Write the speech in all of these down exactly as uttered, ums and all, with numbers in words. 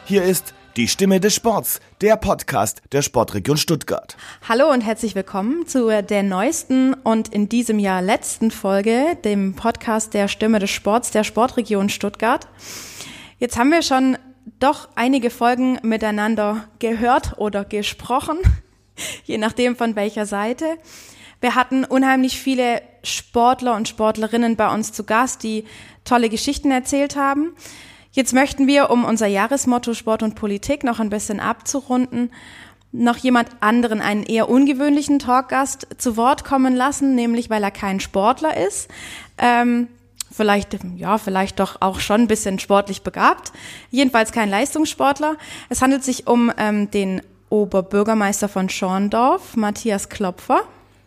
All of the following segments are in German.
Hier ist die Stimme des Sports, der Podcast der Sportregion Stuttgart. Hallo und herzlich willkommen zu der neuesten und in diesem Jahr letzten Folge, dem Podcast der Stimme des Sports der Sportregion Stuttgart. Jetzt haben wir schon doch einige Folgen miteinander gehört oder gesprochen, je nachdem von welcher Seite. Wir hatten unheimlich viele Sportler und Sportlerinnen bei uns zu Gast, die tolle Geschichten erzählt haben. Jetzt möchten wir, um unser Jahresmotto Sport und Politik noch ein bisschen abzurunden, noch jemand anderen, einen eher ungewöhnlichen Talkgast, zu Wort kommen lassen, nämlich weil er kein Sportler ist, ähm, vielleicht, ja, vielleicht doch auch schon ein bisschen sportlich begabt, jedenfalls kein Leistungssportler. Es handelt sich um ähm, den Oberbürgermeister von Schorndorf, Matthias Klopfer.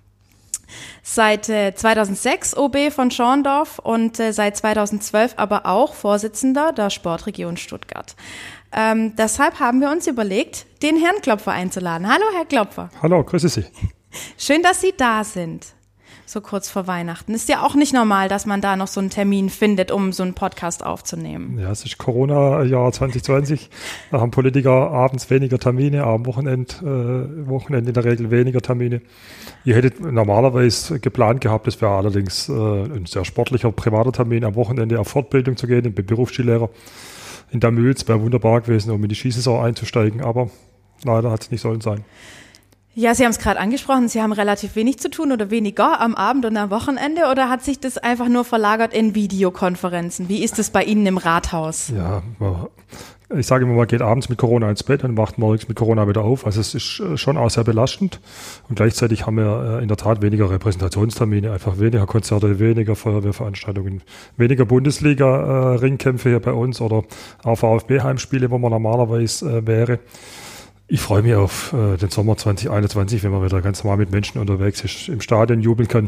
Seit äh, zweitausendsechs O B von Schorndorf und äh, seit zweitausendzwölf aber auch Vorsitzender der Sportregion Stuttgart. Ähm, deshalb haben wir uns überlegt, den Herrn Klopfer einzuladen. Hallo, Herr Klopfer. Hallo, grüße Sie. Schön, dass Sie da sind, so kurz vor Weihnachten. Ist ja auch nicht normal, dass man da noch so einen Termin findet, um so einen Podcast aufzunehmen. Ja, es ist Corona-Jahr zwanzig zwanzig. Da haben Politiker abends weniger Termine, am Wochenende, äh, Wochenende in der Regel weniger Termine. Ihr hättet normalerweise geplant gehabt, das wäre allerdings äh, ein sehr sportlicher, privater Termin, am Wochenende auf Fortbildung zu gehen, ich bin Berufsskilehrer in Damüls, wäre wunderbar gewesen, um in die Skisaison einzusteigen, aber leider hat es nicht sollen sein. Ja, Sie haben es gerade angesprochen, Sie haben relativ wenig zu tun oder weniger am Abend und am Wochenende, oder hat sich das einfach nur verlagert in Videokonferenzen? Wie ist es bei Ihnen im Rathaus? Ja, ich sage immer, man geht abends mit Corona ins Bett und wacht morgens mit Corona wieder auf. Also es ist schon auch sehr belastend. Und gleichzeitig haben wir in der Tat weniger Repräsentationstermine, einfach weniger Konzerte, weniger Feuerwehrveranstaltungen, weniger Bundesliga-Ringkämpfe hier bei uns oder auch VfB-Heimspiele, wo man normalerweise wäre. Ich freue mich auf äh, den Sommer zwanzig einundzwanzig, wenn man wieder ganz normal mit Menschen unterwegs ist, im Stadion jubeln kann.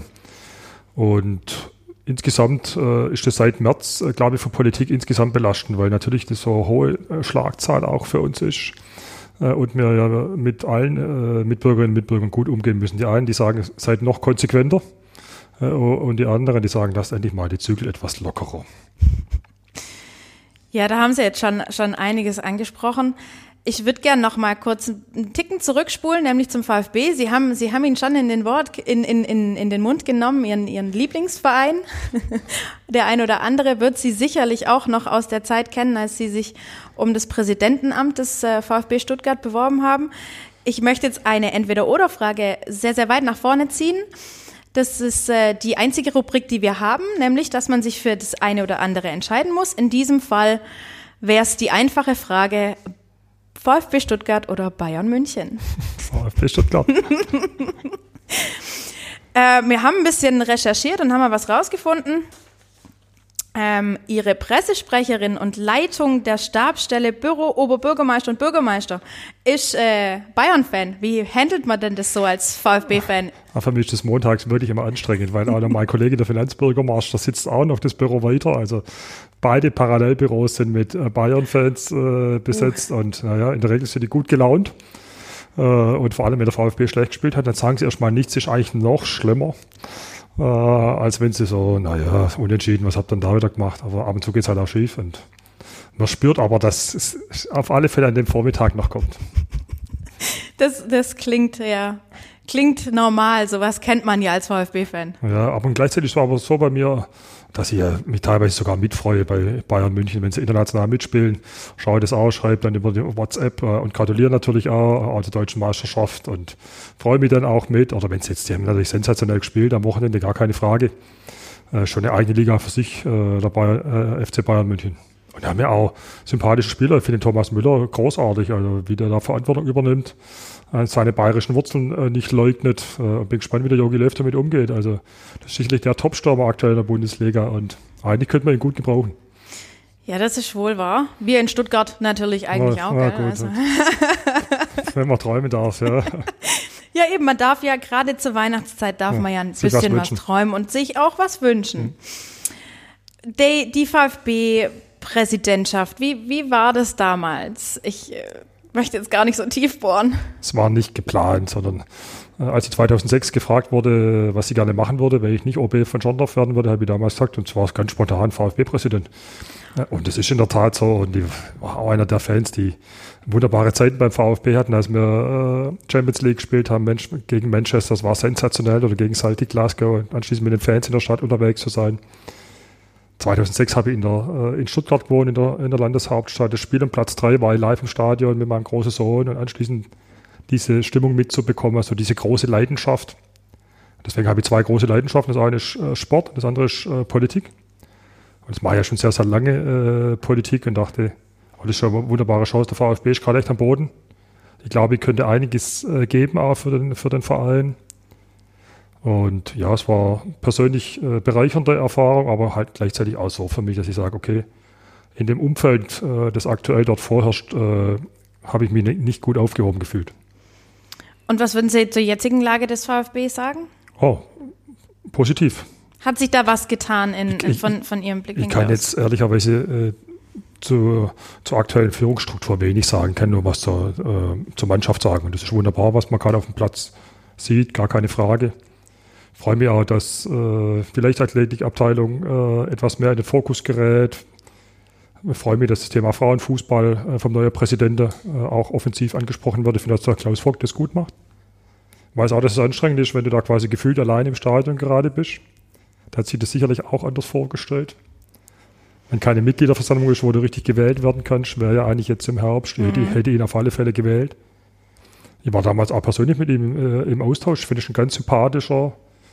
Und insgesamt äh, ist das seit März, äh, glaube ich, für Politik insgesamt belastend, weil natürlich das so eine hohe äh, Schlagzahl auch für uns ist. Äh, und wir ja mit allen äh, Mitbürgerinnen und Mitbürgern gut umgehen müssen. Die einen, die sagen, seid noch konsequenter. Äh, und die anderen, die sagen, lasst endlich mal die Zügel etwas lockerer. Ja, da haben Sie jetzt schon, schon einiges angesprochen. Ich würde gerne noch mal kurz einen Ticken zurückspulen, nämlich zum VfB. Sie haben, Sie haben ihn schon in den Wort, in, in, in, in den Mund genommen, Ihren, Ihren Lieblingsverein. Der ein oder andere wird Sie sicherlich auch noch aus der Zeit kennen, als Sie sich um das Präsidentenamt des äh, VfB Stuttgart beworben haben. Ich möchte jetzt eine Entweder-oder-Frage sehr, sehr weit nach vorne ziehen. Das ist äh, die einzige Rubrik, die wir haben, nämlich, dass man sich für das eine oder andere entscheiden muss. In diesem Fall wäre es die einfache Frage: VfB Stuttgart oder Bayern München? VfB Stuttgart. äh, wir haben ein bisschen recherchiert und haben mal was rausgefunden. Ähm, Ihre Pressesprecherin und Leitung der Stabsstelle Büro Oberbürgermeister und Bürgermeister ist äh, Bayern-Fan. Wie handelt man denn das so als VfB-Fan? Ja, für mich ist das montags wirklich immer anstrengend, weil auch noch mein Kollege, der Finanzbürgermeister, sitzt auch noch das Büro weiter. Also beide Parallelbüros sind mit äh, Bayern-Fans äh, besetzt uh. und naja, in der Regel sind die gut gelaunt. Äh, und vor allem, wenn der VfB schlecht gespielt hat, dann sagen sie erstmal nichts, ist eigentlich noch schlimmer. Äh, als wenn sie so, naja, unentschieden, was habt ihr denn da wieder gemacht? Aber ab und zu geht es halt auch schief und man spürt aber, dass es auf alle Fälle an dem Vormittag noch kommt. Das, das klingt ja, klingt normal, sowas kennt man ja als VfB-Fan. Ja, aber gleichzeitig war aber so bei mir, dass ich ja mich teilweise sogar mitfreue bei Bayern München, wenn sie international mitspielen. Schaue das aus, schreibe dann über die WhatsApp äh, und gratuliere natürlich auch, auch der deutschen Meisterschaft und freue mich dann auch mit. Oder wenn es jetzt, die haben natürlich sensationell gespielt, am Wochenende gar keine Frage. Äh, schon eine eigene Liga für sich, äh, der Bayern, äh, F C Bayern München. Und da haben wir auch sympathische Spieler. Ich finde den Thomas Müller großartig, also wie der da Verantwortung übernimmt, äh, seine bayerischen Wurzeln äh, nicht leugnet. Äh, bin gespannt, wie der Jogi Löw damit umgeht. Also das ist sicherlich der Top-Stürmer aktuell in der Bundesliga und eigentlich könnte man ihn gut gebrauchen. Ja, das ist wohl wahr. Wir in Stuttgart natürlich eigentlich ja, auch. Ja, gell? gut, Also. Wenn man träumen darf, ja. Ja, eben, man darf ja gerade zur Weihnachtszeit darf ja, man ja ein bisschen was, was träumen und sich auch was wünschen. Mhm. Die, die VfB-Präsidentschaft, wie, wie war das damals? Ich äh, möchte jetzt gar nicht so tief bohren. Es war nicht geplant, sondern äh, als ich zweitausendsechs gefragt wurde, was ich gerne machen würde, wenn ich nicht O B von Schorndorf werden würde, habe ich damals gesagt, und zwar ganz spontan VfB-Präsident. Und das ist in der Tat so. Und ich war auch einer der Fans, die wunderbare Zeiten beim VfB hatten, als wir äh, Champions League gespielt haben Mensch, gegen Manchester. Das war sensationell. Oder gegen Celtic Glasgow. Und anschließend mit den Fans in der Stadt unterwegs zu sein. zweitausendsechs habe ich in, der, äh, in Stuttgart gewohnt, in der, in der Landeshauptstadt. Das Spiel um Platz drei war ich live im Stadion mit meinem großen Sohn. Und anschließend diese Stimmung mitzubekommen, also diese große Leidenschaft. Deswegen habe ich zwei große Leidenschaften. Das eine ist äh, Sport, das andere ist äh, Politik. Und das mache ich ja schon sehr, sehr lange äh, Politik und dachte, oh, das ist schon eine wunderbare Chance. Der VfB ist gerade echt am Boden. Ich glaube, ich könnte einiges äh, geben auch für den, für den Verein. Und ja, es war persönlich äh, bereichernde Erfahrung, aber halt gleichzeitig auch so für mich, dass ich sage, okay, in dem Umfeld, äh, das aktuell dort vorherrscht, äh, habe ich mich ne- nicht gut aufgehoben gefühlt. Und was würden Sie zur jetzigen Lage des VfB sagen? Oh, positiv. Hat sich da was getan in, Ich- von, von Ihrem Blickwinkel Ich kann aus? jetzt ehrlicherweise äh, zu, zur aktuellen Führungsstruktur wenig sagen, kann nur was zur, äh, zur Mannschaft sagen. Und das ist wunderbar, was man gerade auf dem Platz sieht, gar keine Frage. Ich freue mich auch, dass äh, die Leichtathletikabteilung äh, etwas mehr in den Fokus gerät. Ich freue mich, dass das Thema Frauenfußball äh, vom neuen Präsidenten äh, auch offensiv angesprochen wird. Ich finde, dass der Klaus Vogt das gut macht. Ich weiß auch, dass es anstrengend ist, wenn du da quasi gefühlt allein im Stadion gerade bist. Da hat sich das sicherlich auch anders vorgestellt. Wenn keine Mitgliederversammlung ist, wo du richtig gewählt werden kannst, wäre ja eigentlich jetzt im Herbst, mhm. hätte, hätte ihn auf alle Fälle gewählt. Ich war damals auch persönlich mit ihm äh, im Austausch, finde ich ein ganz sympathischer,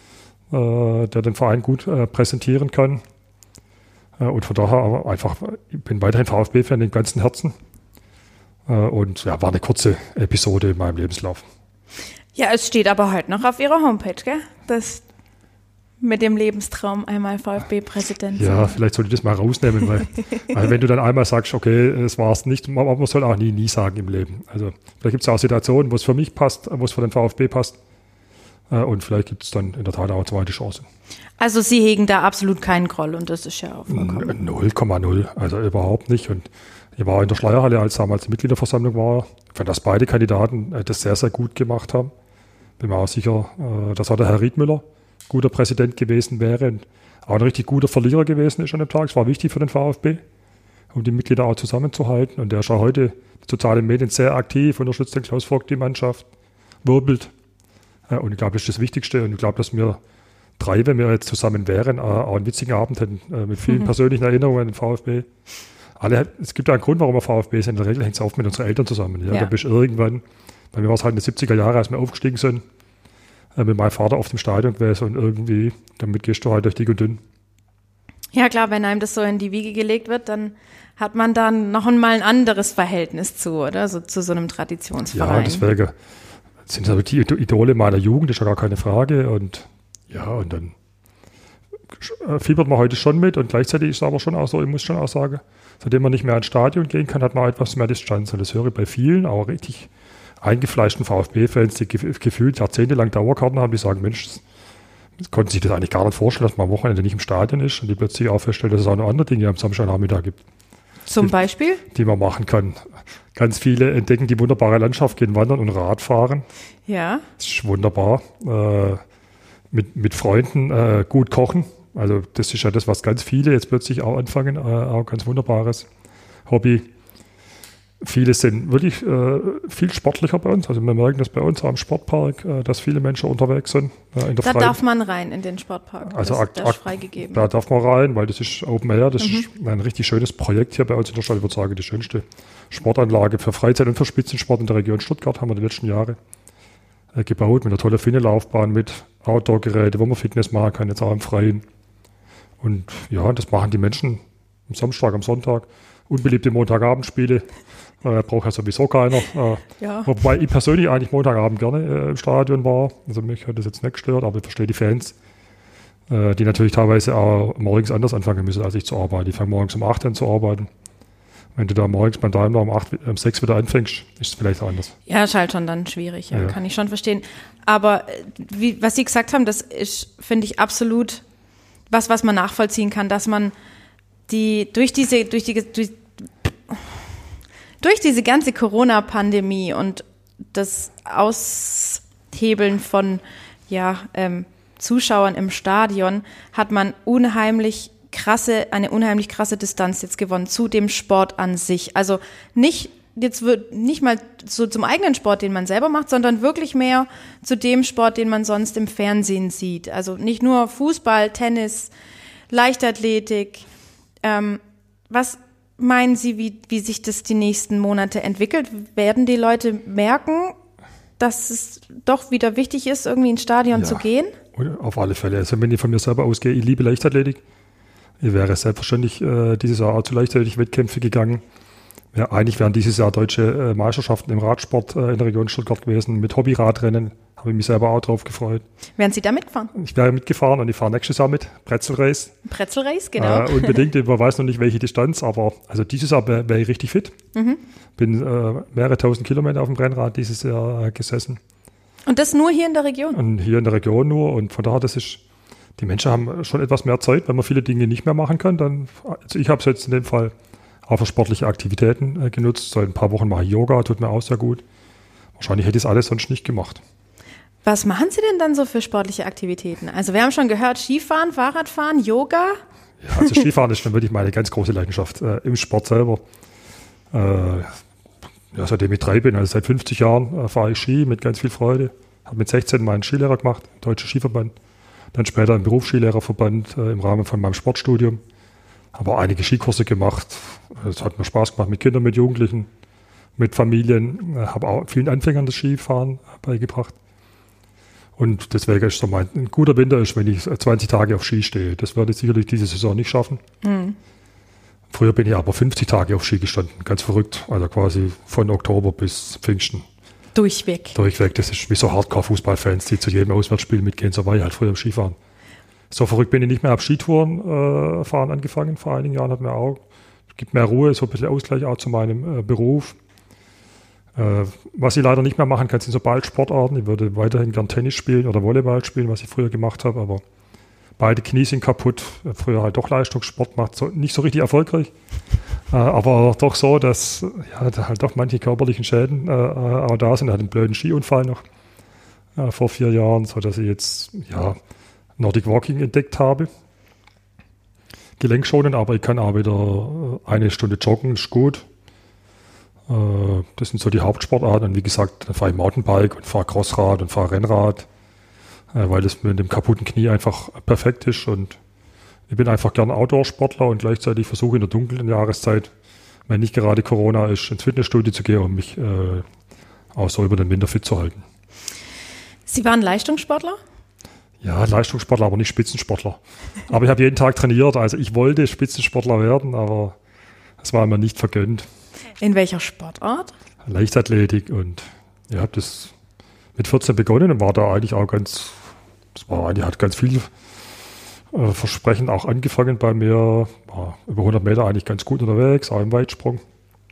äh, der den Verein gut äh, präsentieren kann. Äh, und von daher aber einfach, ich bin weiterhin VfB-Fan im ganzen Herzen. Äh, und ja, war eine kurze Episode in meinem Lebenslauf. Ja, es steht aber heute noch auf Ihrer Homepage, gell? Das mit dem Lebenstraum einmal VfB-Präsident. Ja, vielleicht sollte ich das mal rausnehmen, weil, weil wenn du dann einmal sagst, okay, es war es nicht, man, man soll auch nie, nie sagen im Leben. Also vielleicht gibt es auch Situationen, wo es für mich passt, wo es für den VfB passt. Und vielleicht gibt es dann in der Tat auch eine zweite Chance. Also Sie hegen da absolut keinen Groll und das ist ja auch vollkommen. null Komma null, also überhaupt nicht. Und ich war in der Schleierhalle, als damals die Mitgliederversammlung war. Ich fand, dass beide Kandidaten das sehr, sehr gut gemacht haben. Bin mir auch sicher, dass auch der Herr Riedmüller guter Präsident gewesen wäre und auch ein richtig guter Verlierer gewesen ist an dem Tag. Es war wichtig für den VfB, um die Mitglieder auch zusammenzuhalten. Und der ist ja heute in sozialen Medien sehr aktiv, unterstützt den Klaus Vogt, die Mannschaft, wirbelt. Und ich glaube, das ist das Wichtigste. Und ich glaube, dass wir drei, wenn wir jetzt zusammen wären, auch einen witzigen Abend hätten, mit vielen mhm. persönlichen Erinnerungen an den VfB. Alle, es gibt ja einen Grund, warum wir VfB sind. In der Regel hängt es oft mit unseren Eltern zusammen. Ja? Ja. Da bist du irgendwann, bei mir war es halt in den siebziger Jahren, als wir aufgestiegen sind, mit meinem Vater auf dem Stadion gewesen und irgendwie, damit gehst du halt durch dick und dünn. Ja klar, wenn einem das so in die Wiege gelegt wird, dann hat man dann noch einmal ein anderes Verhältnis zu, oder? So, zu so einem Traditionsverein. Ja, deswegen sind das die Idole meiner Jugend, ist ja gar keine Frage. Und ja, und dann fiebert man heute schon mit und gleichzeitig ist es aber schon auch so, ich muss schon auch sagen, seitdem man nicht mehr ins Stadion gehen kann, hat man etwas mehr Distanz. Und das höre ich bei vielen, auch richtig eingefleischten VfB-Fans, die gefühlt jahrzehntelang Dauerkarten haben, die sagen, Mensch, das konnten sich das eigentlich gar nicht vorstellen, dass man am Wochenende nicht im Stadion ist und die plötzlich auch feststellen, dass es auch noch andere Dinge am Samstagnachmittag gibt. Zum die, Beispiel? Die man machen kann. Ganz viele entdecken die wunderbare Landschaft, gehen wandern und Radfahren. Ja. Das ist wunderbar. Äh, mit, mit Freunden äh, gut kochen. Also das ist ja das, was ganz viele jetzt plötzlich auch anfangen. Äh, auch ganz wunderbares Hobby. Viele sind wirklich äh, viel sportlicher bei uns. Also wir merken das bei uns am Sportpark, äh, dass viele Menschen unterwegs sind. Äh, in der da freien, darf man rein in den Sportpark. Also das, akt, das ist freigegeben. Da darf man rein, weil das ist Open Air. Das mhm. ist ein richtig schönes Projekt hier bei uns in der Stadt. Ich würde sagen, die schönste Sportanlage für Freizeit und für Spitzensport in der Region Stuttgart haben wir die letzten Jahre äh, gebaut. Mit einer tollen Finnelaufbahn, mit Outdoor-Geräte, wo man Fitness machen kann, jetzt auch im Freien. Und ja, das machen die Menschen am Samstag, am Sonntag. Unbeliebte Montagabendspiele. Äh, braucht ja sowieso keiner. Äh, ja. Wobei ich persönlich eigentlich Montagabend gerne äh, im Stadion war. Also mich hat das jetzt nicht gestört, aber ich verstehe die Fans, äh, die natürlich teilweise auch morgens anders anfangen müssen, als ich zu arbeiten. Die fangen morgens um acht an zu arbeiten. Wenn du da morgens beim Daimler um, acht, um sechs wieder anfängst, ist es vielleicht anders. Ja, ist halt schon dann schwierig, ja, ja. Kann ich schon verstehen. Aber wie, was Sie gesagt haben, das ist, finde ich, absolut was, was man nachvollziehen kann, dass man die durch diese, durch die, durch, durch diese ganze Corona-Pandemie und das Aushebeln von ja, ähm, Zuschauern im Stadion hat man unheimlich krasse, eine unheimlich krasse Distanz jetzt gewonnen zu dem Sport an sich. Also nicht jetzt wird nicht mal so zum eigenen Sport, den man selber macht, sondern wirklich mehr zu dem Sport, den man sonst im Fernsehen sieht. Also nicht nur Fußball, Tennis, Leichtathletik. Ähm, was meinen Sie, wie, wie sich das die nächsten Monate entwickelt? Werden die Leute merken, dass es doch wieder wichtig ist, irgendwie ins Stadion ja, zu gehen? Auf alle Fälle. Also wenn ich von mir selber ausgehe, ich liebe Leichtathletik. Ich wäre selbstverständlich äh, dieses Jahr auch zu Leichtathletik-Wettkämpfe gegangen. Ja, eigentlich wären dieses Jahr deutsche äh, Meisterschaften im Radsport äh, in der Region Stuttgart gewesen. Mit Hobbyradrennen habe ich mich selber auch drauf gefreut. Wären Sie da mitgefahren? Ich wäre mitgefahren und ich fahre nächstes Jahr mit. Pretzelrace. Pretzelrace, genau. Äh, unbedingt. Ich weiß noch nicht, welche Distanz, aber also dieses Jahr wäre wär ich richtig fit. Mhm. Bin äh, mehrere tausend Kilometer auf dem Rennrad dieses Jahr äh, gesessen. Und das nur hier in der Region? Und hier in der Region nur. Und von daher, das ist, die Menschen haben schon etwas mehr Zeit, wenn man viele Dinge nicht mehr machen kann. Dann, also ich habe es jetzt in dem Fall auch für sportliche Aktivitäten äh, genutzt. Seit ein paar Wochen mache ich Yoga, tut mir auch sehr gut. Wahrscheinlich hätte ich es alles sonst nicht gemacht. Was machen Sie denn dann so für sportliche Aktivitäten? Also wir haben schon gehört, Skifahren, Fahrradfahren, Yoga. Ja, also Skifahren ist dann wirklich meine ganz große Leidenschaft äh, im Sport selber. Äh, ja, seitdem ich drei bin, also seit fünfzig Jahren äh, fahre ich Ski mit ganz viel Freude. Habe mit sechzehn meinen Skilehrer gemacht, im Deutschen Skiverband. Dann später im Berufsskilehrerverband äh, im Rahmen von meinem Sportstudium. Habe auch einige Skikurse gemacht. Es hat mir Spaß gemacht mit Kindern, mit Jugendlichen, mit Familien. Äh, habe auch vielen Anfängern das Skifahren äh, beigebracht. Und deswegen ist so mein, ein guter Winter ist, wenn ich zwanzig Tage auf Ski stehe. Das werde ich sicherlich diese Saison nicht schaffen. Mhm. Früher bin ich aber fünfzig Tage auf Ski gestanden. Ganz verrückt. Also quasi von Oktober bis Pfingsten. Durchweg. Durchweg. Das ist wie so Hardcore-Fußballfans, die zu jedem Auswärtsspiel mitgehen. So war ich halt früher am Skifahren. So verrückt bin ich nicht mehr. Habe Skitouren äh, fahren angefangen. Vor einigen Jahren hat mir auch, gibt mehr Ruhe, so ein bisschen Ausgleich auch zu meinem äh, Beruf. Äh, was ich leider nicht mehr machen kann, sind so Ballsportarten. Ich würde weiterhin gern Tennis spielen oder Volleyball spielen, was ich früher gemacht habe, aber beide Knie sind kaputt. Früher halt doch Leistungssport gemacht, so, nicht so richtig erfolgreich, äh, aber doch so, dass ja, da halt doch manche körperlichen Schäden äh, auch da sind. Ich hatte einen blöden Skiunfall noch äh, vor vier Jahren, sodass ich jetzt ja, Nordic Walking entdeckt habe. Gelenkschonend, aber ich kann auch wieder eine Stunde joggen, ist gut. Das sind so die Hauptsportarten. Und wie gesagt, dann fahre ich Mountainbike und fahre Crossrad und fahre Rennrad, weil das mit dem kaputten Knie einfach perfekt ist. Und ich bin einfach gern Outdoor-Sportler und gleichzeitig versuche in der dunklen Jahreszeit, wenn nicht gerade Corona ist, ins Fitnessstudio zu gehen und mich äh, auch so über den Winter fit zu halten. Sie waren Leistungssportler? Ja, Leistungssportler, aber nicht Spitzensportler. Aber ich habe jeden Tag trainiert. Also ich wollte Spitzensportler werden, aber es war mir nicht vergönnt. In welcher Sportart? Leichtathletik, und ich habe das mit vierzehn begonnen und war da eigentlich auch ganz, das war eigentlich, hat ganz viel äh, versprechend auch angefangen bei mir, war über hundert Meter eigentlich ganz gut unterwegs, auch im Weitsprung.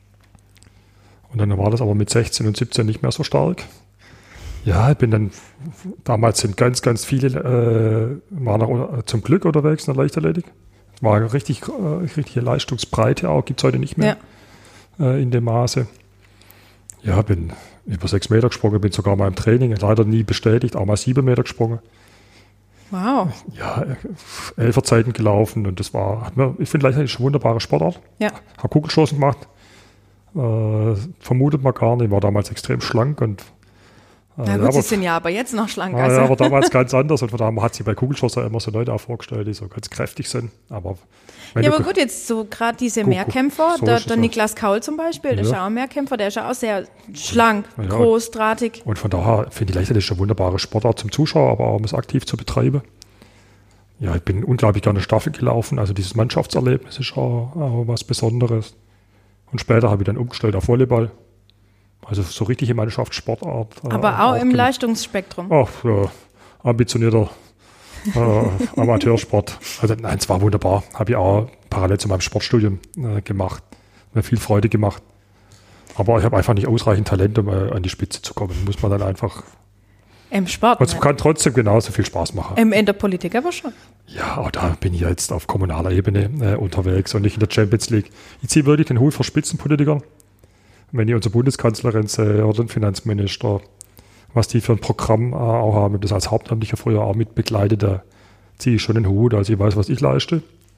Und dann war das aber mit sechzehn und siebzehn nicht mehr so stark. Ja, ich bin dann, damals sind ganz, ganz viele, äh, waren auch zum Glück unterwegs in der Leichtathletik. War richtig, äh, richtige Leistungsbreite auch, gibt es heute nicht mehr. Ja. In dem Maße. Ja, bin über sechs Meter gesprungen, bin sogar mal im Training, leider nie bestätigt, auch mal sieben Meter gesprungen. Wow. Ja, Elferzeiten gelaufen und das war, hat mir, ich finde Leichtathletik eine wunderbare Sportart. Ja. Habe Kugelstoßen gemacht, äh, vermutet man gar nicht, war damals extrem schlank und Na gut, ja, Sie sind ja aber jetzt noch schlank. Also. Ja, aber damals ganz anders. Und von daher hat sich bei Kugelschosser immer so Leute auch vorgestellt, die so ganz kräftig sind. Aber ja, aber gut, jetzt so gerade diese guck, Mehrkämpfer, so der, der Niklas Kaul zum Beispiel, der ja. ist ja auch ein Mehrkämpfer, der ist ja auch sehr schlank, ja. groß, drahtig. Und von daher finde ich Leichtathletik eine wunderbare Sportart zum Zuschauer, aber auch um es aktiv zu betreiben. Ja, ich bin unglaublich gerne Staffel gelaufen, also dieses Mannschaftserlebnis ist auch, auch was Besonderes. Und später habe ich dann umgestellt auf Volleyball. Also so richtige Mannschaftssportart. Aber äh, auch, auch im gemacht. Leistungsspektrum. Ach, ja, ambitionierter äh, Amateursport. Also nein, es war wunderbar. Habe ich auch parallel zu meinem Sportstudium äh, gemacht. Mir viel Freude gemacht. Aber ich habe einfach nicht ausreichend Talent, um äh, an die Spitze zu kommen. Muss man dann einfach... Im Sport. Es kann trotzdem genauso viel Spaß machen. Im, in der Politik aber schon. Ja, aber da bin ich jetzt auf kommunaler Ebene äh, unterwegs und nicht in der Champions League. Ich ziehe wirklich den Hut vor Spitzenpolitikern. Wenn ich unsere Bundeskanzlerin sehe oder den Finanzminister, was die für ein Programm äh, auch haben, das als Hauptamtlicher früher auch mit begleitet, da ziehe ich schon den Hut. Also ich weiß, was ich leiste.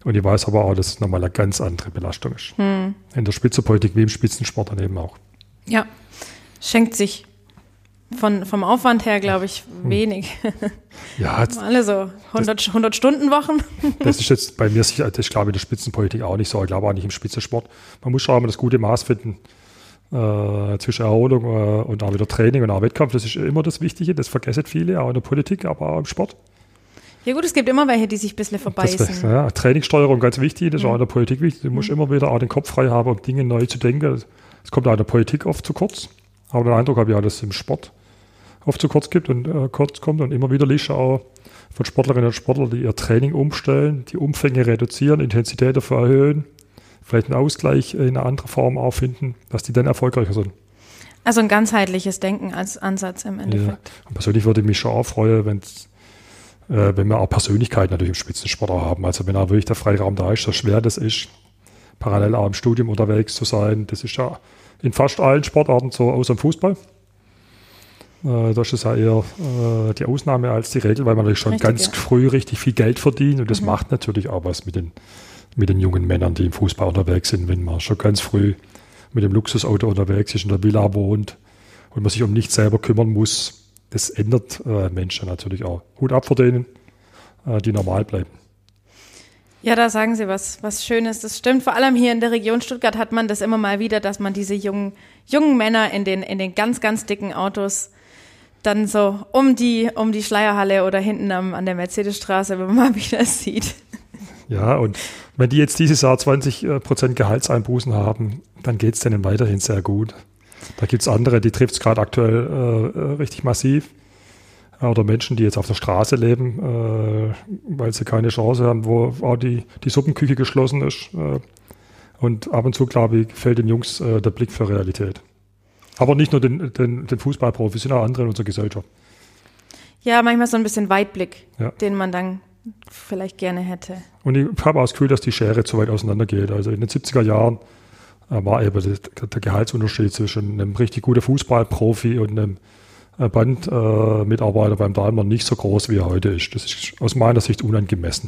Und ich weiß aber auch, dass es nochmal eine ganz andere Belastung ist. Hm. In der Spitzenpolitik wie im Spitzensport daneben auch. Ja, schenkt sich von, vom Aufwand her, glaube ich, wenig. Ja, alle so hundert, hundert Stunden Wochen. Das ist jetzt bei mir sicher, das ist, glaube ich, in der Spitzenpolitik auch nicht so. Ich glaube auch nicht im Spitzensport. Man muss schon immer das gute Maß finden äh, zwischen Erholung äh, und auch wieder Training und auch Wettkampf. Das ist immer das Wichtige. Das vergessen viele, auch in der Politik, aber auch im Sport. Ja gut, es gibt immer welche, die sich ein bisschen verbeißen. Das, ja, Trainingssteuerung ganz wichtig, das ist mhm. auch in der Politik wichtig. Du musst mhm. immer wieder auch den Kopf frei haben, um Dinge neu zu denken. Es kommt auch in der Politik oft zu kurz. Aber den Eindruck habe ich auch, dass es im Sport oft zu kurz gibt und äh, kurz kommt. Und immer wieder liest auch von Sportlerinnen und Sportlern, die ihr Training umstellen, die Umfänge reduzieren, Intensität dafür erhöhen, vielleicht einen Ausgleich in einer anderen Form auch finden, dass die dann erfolgreicher sind. Also ein ganzheitliches Denken als Ansatz im Endeffekt. Ja. Und persönlich würde ich mich schon auch freuen, wenn es wenn wir auch Persönlichkeiten natürlich im Spitzensport auch haben. Also wenn auch wirklich der Freiraum da ist, so schwer das ist, parallel auch im Studium unterwegs zu sein. Das ist ja in fast allen Sportarten so, außer im Fußball. Äh, das ist ja eher äh, die Ausnahme als die Regel, weil man natürlich schon richtig, ganz ja. früh richtig viel Geld verdient. Und das mhm. macht natürlich auch was mit den, mit den jungen Männern, die im Fußball unterwegs sind, wenn man schon ganz früh mit dem Luxusauto unterwegs ist, in der Villa wohnt und man sich um nichts selber kümmern muss. Das ändert äh, Menschen natürlich auch. Hut ab vor denen, äh, die normal bleiben. Ja, da sagen Sie was, was Schönes. Das stimmt. Vor allem hier in der Region Stuttgart hat man das immer mal wieder, dass man diese jungen, jungen Männer in den, in den ganz, ganz dicken Autos dann so um die, um die Schleierhalle oder hinten am, an der Mercedesstraße, wenn man mal wieder sieht. Ja, und wenn die jetzt dieses Jahr zwanzig Prozent Gehaltseinbußen haben, dann geht es denen weiterhin sehr gut. Da gibt es andere, die trifft es gerade aktuell äh, richtig massiv. Oder Menschen, die jetzt auf der Straße leben, äh, weil sie keine Chance haben, wo auch die, die Suppenküche geschlossen ist. Äh, und ab und zu, glaube ich, fällt den Jungs äh, der Blick für Realität. Aber nicht nur den, den, den Fußballprofis, sondern auch andere in unserer Gesellschaft. Ja, manchmal so ein bisschen Weitblick, ja. den man dann vielleicht gerne hätte. Und ich habe auch das Gefühl, dass die Schere zu weit auseinander geht. Also in den siebziger Jahren war eben der Gehaltsunterschied zwischen einem richtig guten Fußballprofi und einem Bandmitarbeiter beim Daimler nicht so groß, wie er heute ist. Das ist aus meiner Sicht unangemessen.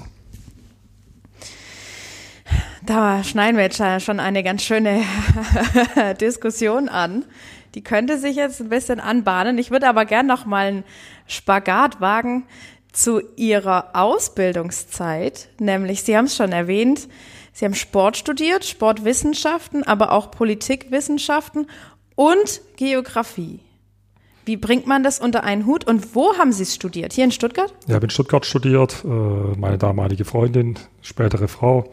Da schneiden wir jetzt schon eine ganz schöne Diskussion an. Die könnte sich jetzt ein bisschen anbahnen. Ich würde aber gern noch mal einen Spagat wagen zu Ihrer Ausbildungszeit. Nämlich, Sie haben es schon erwähnt, Sie haben Sport studiert, Sportwissenschaften, aber auch Politikwissenschaften und Geografie. Wie bringt man das unter einen Hut und wo haben Sie es studiert? Hier in Stuttgart? Ja, ich habe in Stuttgart studiert. Meine damalige Freundin, spätere Frau,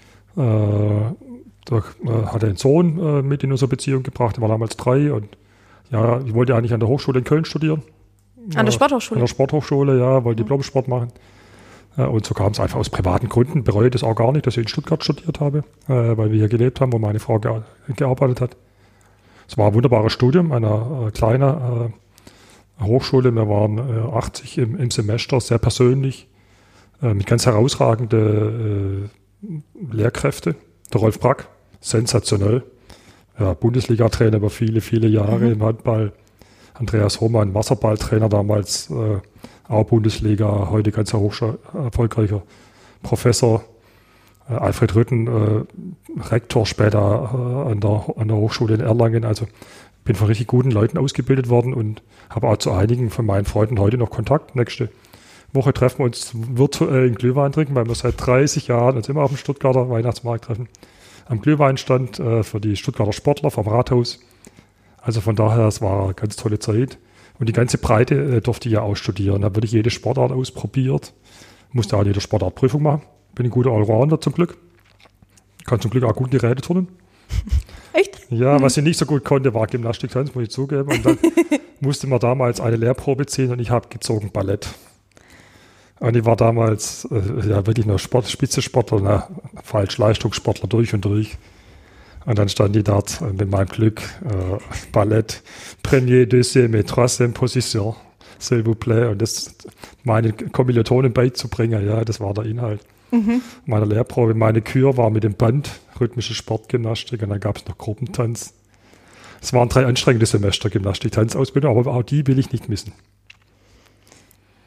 hatte einen Sohn mit in unsere Beziehung gebracht. Der war damals drei und ja, ich wollte eigentlich an der Hochschule in Köln studieren. An der Sporthochschule? An der Sporthochschule, ja, wollte Diplom-Sport machen. Und so kam es einfach aus privaten Gründen. Bereue das auch gar nicht, dass ich in Stuttgart studiert habe, weil wir hier gelebt haben, wo meine Frau ge- gearbeitet hat. Es war ein wunderbares Studium, einer äh, kleinen äh, Hochschule. Wir waren äh, achtzig im, im Semester, sehr persönlich, äh, mit ganz herausragenden äh, Lehrkräften. Der Rolf Brack, sensationell. Ja, Bundesliga-Trainer über viele, viele Jahre mhm. im Handball. Andreas Hohmann, Wasserballtrainer damals, äh, auch Bundesliga, heute ganz hoch erfolgreicher Professor. Äh, Alfred Rütten, äh, Rektor später äh, an, der, an der Hochschule in Erlangen. Also bin von richtig guten Leuten ausgebildet worden und habe auch zu einigen von meinen Freunden heute noch Kontakt. Nächste Woche treffen wir uns virtuell in Glühwein trinken, weil wir seit dreißig Jahren uns immer auf dem Stuttgarter Weihnachtsmarkt treffen. Am Glühweinstand äh, für die Stuttgarter Sportler vom Rathaus. Also von daher, es war eine ganz tolle Zeit. Und die ganze Breite äh, durfte ich ja ausstudieren. Da wurde ich jede Sportart ausprobiert. Musste auch jede Sportart Prüfung machen. Bin ein guter Allrounder zum Glück. Kann zum Glück auch gut Geräte turnen. Echt? Ja, was ich nicht so gut konnte, war Gymnastik, Tanz, muss ich zugeben. Und dann musste man damals eine Lehrprobe ziehen und ich habe gezogen Ballett. Und ich war damals äh, ja wirklich nur Sport, Spitzensportler, na, falsch, Leistungssportler durch und durch. Und dann stand ich dort mit meinem Glück, äh, Ballett, Premier, Deuxième et Troisième Position, s'il vous plaît. Und das meine Kommilitonen beizubringen, ja, das war der Inhalt mhm. meiner Lehrprobe. Meine Kür war mit dem Band, rhythmische Sportgymnastik, und dann gab es noch Gruppentanz. Es waren drei anstrengende Semester Gymnastik-Tanzausbildung, aber auch die will ich nicht missen.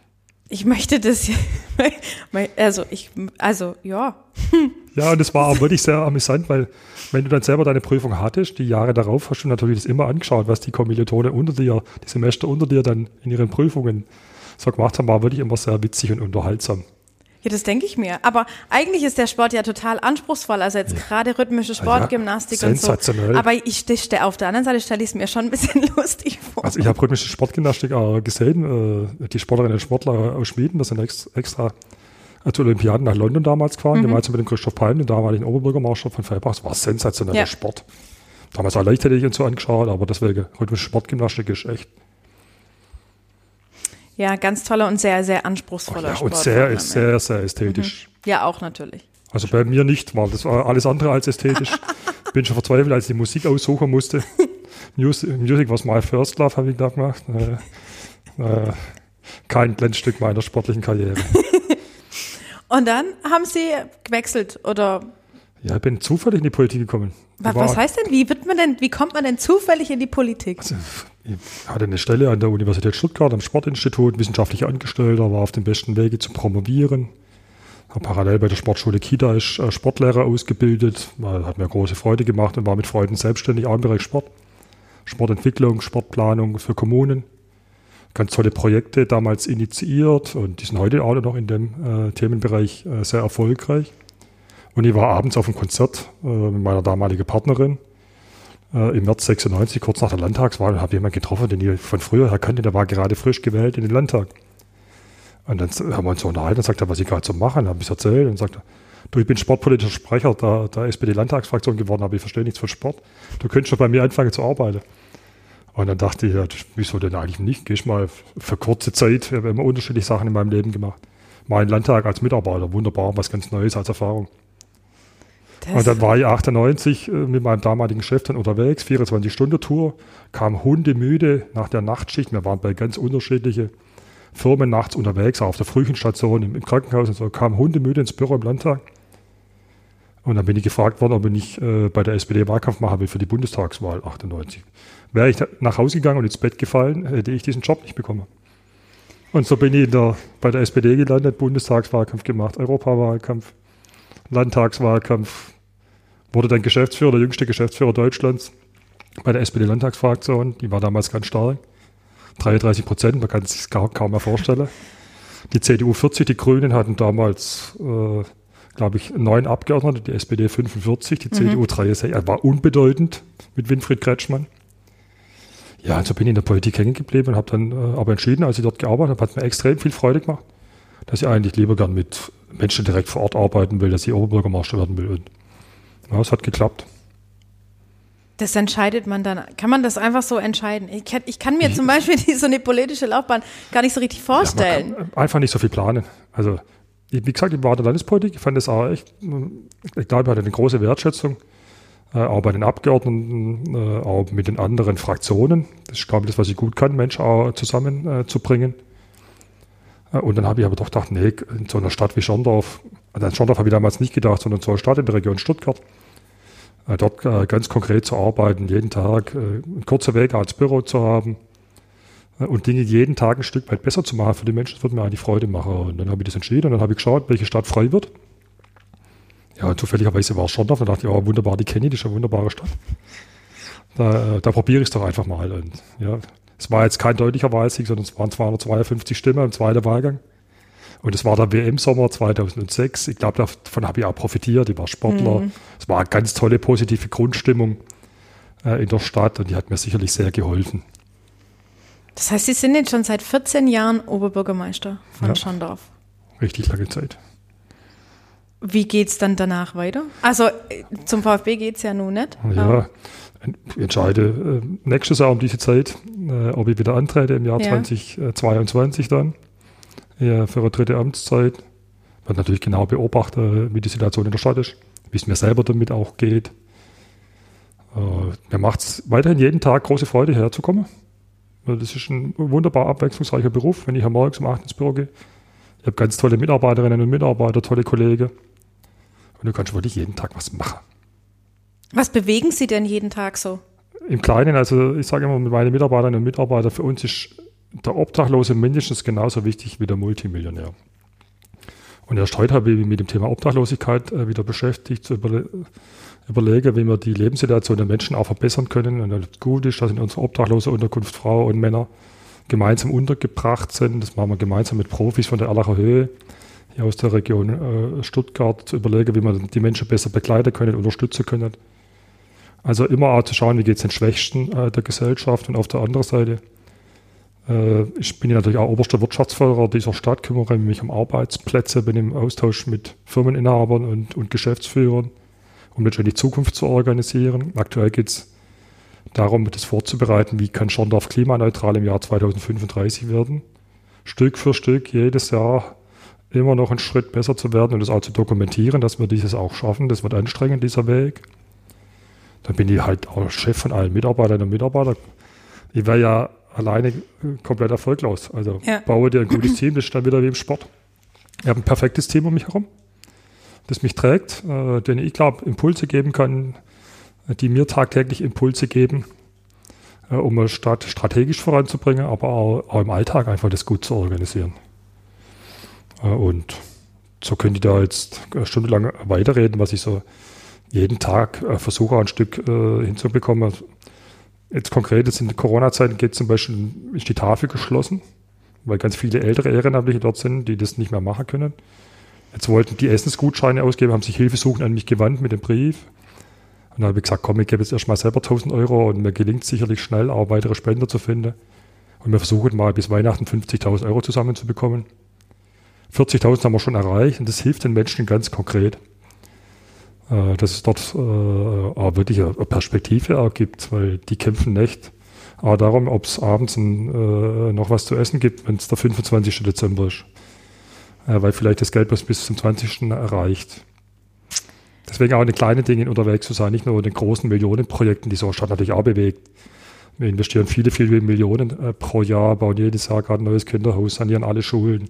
Ich möchte das, also ich, also ja. Ja, und es war auch wirklich sehr amüsant, weil wenn du dann selber deine Prüfung hattest, die Jahre darauf hast du natürlich das immer angeschaut, was die Kommilitonen unter dir, die Semester unter dir dann in ihren Prüfungen so gemacht haben, war wirklich immer sehr witzig und unterhaltsam. Ja, das denke ich mir. Aber eigentlich ist der Sport ja total anspruchsfall, also jetzt ja. gerade rhythmische Sportgymnastik ja, und so. Aber ich, ich, auf der anderen Seite stelle ich es mir schon ein bisschen lustig vor. Also ich habe rhythmische Sportgymnastik auch gesehen. Die Sportlerinnen und Sportler aus Schmieden, das sind extra zu Olympiaden nach London damals gefahren, mhm. gemeinsam mit dem Christoph Palm, den damaligen Oberbürgermeister von Fellbach. Das war sensationeller ja. Sport. Damals auch Leichtathletik und so angeschaut, aber deswegen rhythmische Sportgymnastik ist echt. Ja, ganz toller und sehr, sehr anspruchsvoller ja, Sport. Und sehr, ist sehr, sehr ästhetisch. Mhm. Ja, auch natürlich. Also bei mir nicht, war das war alles andere als ästhetisch. Bin schon verzweifelt, als ich die Musik aussuchen musste. Music, Music was my first love, habe ich da gemacht. Äh, äh, kein Glänzstück meiner sportlichen Karriere. Und dann haben Sie gewechselt, oder? Ja, ich bin zufällig in die Politik gekommen. Was, was heißt denn, wie wird man denn, wie kommt man denn zufällig in die Politik? Also, ich hatte eine Stelle an der Universität Stuttgart am Sportinstitut, wissenschaftlicher Angestellter, war auf dem besten Wege zu promovieren. Habe parallel bei der Sportschule Kita als Sportlehrer ausgebildet, hat mir große Freude gemacht und war mit Freunden selbstständig auch im Bereich Sport. Sportentwicklung, Sportplanung für Kommunen. Ganz tolle Projekte damals initiiert und die sind heute auch noch in dem äh, Themenbereich äh, sehr erfolgreich. Und ich war abends auf einem Konzert äh, mit meiner damaligen Partnerin äh, im März sechsundneunzig, kurz nach der Landtagswahl, und habe jemanden getroffen, den ich von früher her kannte, der war gerade frisch gewählt in den Landtag. Und dann haben wir uns so unterhalten und sagt er, was ich gerade so mache, und habe ich es erzählt und sagt, du, ich bin sportpolitischer Sprecher der, der S P D-Landtagsfraktion geworden, aber ich verstehe nichts von Sport. Du könntest schon bei mir anfangen zu arbeiten. Und dann dachte ich, ja, wieso denn eigentlich nicht? Geh ich mal für kurze Zeit, ich habe immer unterschiedliche Sachen in meinem Leben gemacht. Mal einen Landtag als Mitarbeiter, wunderbar, was ganz Neues als Erfahrung. Das und dann war ich achtundneunzig mit meinem damaligen Chef dann unterwegs, vierundzwanzig-Stunden-Tour, kam hundemüde nach der Nachtschicht. Wir waren bei ganz unterschiedlichen Firmen nachts unterwegs, auch auf der Frühchenstation, im, im Krankenhaus und so, kam hundemüde ins Büro im Landtag. Und dann bin ich gefragt worden, ob ich nicht äh, bei der S P D Wahlkampf machen will für die Bundestagswahl achtundneunzig. Wäre ich nach Hause gegangen und ins Bett gefallen, hätte ich diesen Job nicht bekommen. Und so bin ich in der, bei der S P D gelandet, Bundestagswahlkampf gemacht, Europawahlkampf, Landtagswahlkampf, wurde dann Geschäftsführer, der jüngste Geschäftsführer Deutschlands bei der S P D-Landtagsfraktion. Die war damals ganz stark. dreiunddreißig Prozent, man kann es sich kaum mehr vorstellen. Die C D U vierzig, die Grünen hatten damals, äh, glaube ich, neun Abgeordnete, die S P D fünfundvierzig, die mhm. C D U dreiundsechzig, er war unbedeutend mit Winfried Kretschmann. Ja, und so bin ich in der Politik hängen geblieben und habe dann äh, aber entschieden, als ich dort gearbeitet habe, hat mir extrem viel Freude gemacht, dass ich eigentlich lieber gern mit Menschen direkt vor Ort arbeiten will, dass ich Oberbürgermeister werden will. Und ja, es hat geklappt. Das entscheidet man dann, kann man das einfach so entscheiden? Ich kann, ich kann mir zum Beispiel die, so eine politische Laufbahn gar nicht so richtig vorstellen. Ja, man kann einfach nicht so viel planen. Also, ich, wie gesagt, ich war in der Landespolitik, ich fand das auch echt, ich glaube, ich hatte eine große Wertschätzung, äh, auch bei den Abgeordneten, äh, auch mit den anderen Fraktionen. Das ist, glaube ich, das, was ich gut kann, Menschen auch zusammenzubringen. Äh, und dann habe ich aber doch gedacht, nee, in so einer Stadt wie Schorndorf, also an Schorndorf habe ich damals nicht gedacht, sondern so eine Stadt in der Region Stuttgart, äh, dort äh, ganz konkret zu arbeiten, jeden Tag äh, einen kurzen Weg als Büro zu haben äh, und Dinge jeden Tag ein Stück weit besser zu machen für die Menschen, das würde mir eigentlich Freude machen. Und dann habe ich das entschieden und dann habe ich geschaut, welche Stadt frei wird. Ja, und zufälligerweise war es Schorndorf, dann dachte ich, ja, wunderbar, die kenne ich, das ist eine wunderbare Stadt. Da, da probiere ich es doch einfach mal. Und, ja, es war jetzt kein deutlicher Wahlsieg, sondern es waren zweihundertzweiundfünfzig Stimmen im zweiten Wahlgang. Und es war der W M-Sommer zweitausendsechs. Ich glaube, davon habe ich auch profitiert. Ich war Sportler. Mhm. Es war eine ganz tolle, positive Grundstimmung äh, in der Stadt und die hat mir sicherlich sehr geholfen. Das heißt, Sie sind jetzt schon seit vierzehn Jahren Oberbürgermeister von ja, Schorndorf. Richtig lange Zeit. Wie geht es dann danach weiter? Also zum VfB geht es ja nun nicht. Ja, ich entscheide äh, nächstes Jahr um diese Zeit, äh, ob ich wieder antrete im Jahr ja. zweitausendzweiundzwanzig dann ja, für eine dritte Amtszeit. Ich werde natürlich genau beobachten, wie die Situation in der Stadt ist, wie es mir selber damit auch geht. Äh, mir macht es weiterhin jeden Tag große Freude, herzukommen. Das ist ein wunderbar abwechslungsreicher Beruf, wenn ich am Morgen um acht ins Büro gehe. Ich habe ganz tolle Mitarbeiterinnen und Mitarbeiter, tolle Kollegen. Und du kannst wirklich jeden Tag was machen. Was bewegen Sie denn jeden Tag so? Im Kleinen, also ich sage immer mit meinen Mitarbeiterinnen und Mitarbeitern, für uns ist der Obdachlose mindestens genauso wichtig wie der Multimillionär. Und erst heute habe ich mich mit dem Thema Obdachlosigkeit äh, wieder beschäftigt, zu überle- überlegen, wie wir die Lebenssituation der Menschen auch verbessern können. Und das gut ist, dass in unserer Obdachlosenunterkunft Frauen und Männer gemeinsam untergebracht sind. Das machen wir gemeinsam mit Profis von der Erlacher Höhe hier aus der Region äh, Stuttgart, zu überlegen, wie wir die Menschen besser begleiten können, unterstützen können. Also immer auch zu schauen, wie geht es den Schwächsten äh, der Gesellschaft. Und auf der anderen Seite äh, ich bin ja natürlich auch oberster Wirtschaftsförderer dieser Stadt, kümmere mich um Arbeitsplätze, bin im Austausch mit Firmeninhabern und, und Geschäftsführern, um letztendlich Zukunft zu organisieren. Aktuell geht es darum, das vorzubereiten, wie kann Schorndorf klimaneutral im Jahr zweitausendfünfunddreißig werden. Stück für Stück, jedes Jahr immer noch einen Schritt besser zu werden und das auch zu dokumentieren, dass wir dieses auch schaffen. Das wird anstrengend, dieser Weg. Dann bin ich halt auch Chef von allen Mitarbeitern und Mitarbeitern. Ich wäre ja alleine komplett erfolglos. Also ja. Baue dir ein gutes Team, das ist dann wieder wie im Sport. Ich habe ein perfektes Team um mich herum, das mich trägt, äh, denen ich glaube, Impulse geben kann, die mir tagtäglich Impulse geben, äh, um eine Stadt strategisch voranzubringen, aber auch, auch im Alltag einfach das gut zu organisieren. Äh, und so könnte ich da jetzt stundenlang weiterreden, was ich so jeden Tag äh, versuche, ein Stück äh, hinzubekommen. Jetzt konkret, jetzt in der Corona-Zeiten geht zum Beispiel, ist die Tafel geschlossen, weil ganz viele ältere Ehrenamtliche dort sind, die das nicht mehr machen können. Jetzt wollten die Essensgutscheine ausgeben, haben sich Hilfesuchend an mich gewandt mit dem Brief. Und dann habe ich gesagt, komm, ich gebe jetzt erstmal selber tausend Euro und mir gelingt sicherlich schnell, auch weitere Spender zu finden. Und wir versuchen mal bis Weihnachten fünfzigtausend Euro zusammenzubekommen. vierzigtausend haben wir schon erreicht und das hilft den Menschen ganz konkret. Dass es dort äh, auch wirklich eine Perspektive ergibt, weil die kämpfen nicht auch darum, ob es abends ein, äh, noch was zu essen gibt, wenn es der fünfundzwanzigster Dezember ist. Äh, weil vielleicht das Geld bis zum zwanzigsten erreicht. Deswegen auch in den kleinen Dingen unterwegs zu sein, nicht nur in den großen Millionenprojekten, die so eine Stadt natürlich auch bewegt. Wir investieren viele, viele Millionen äh, pro Jahr, bauen jedes Jahr gerade ein neues Kinderhaus, sanieren alle Schulen,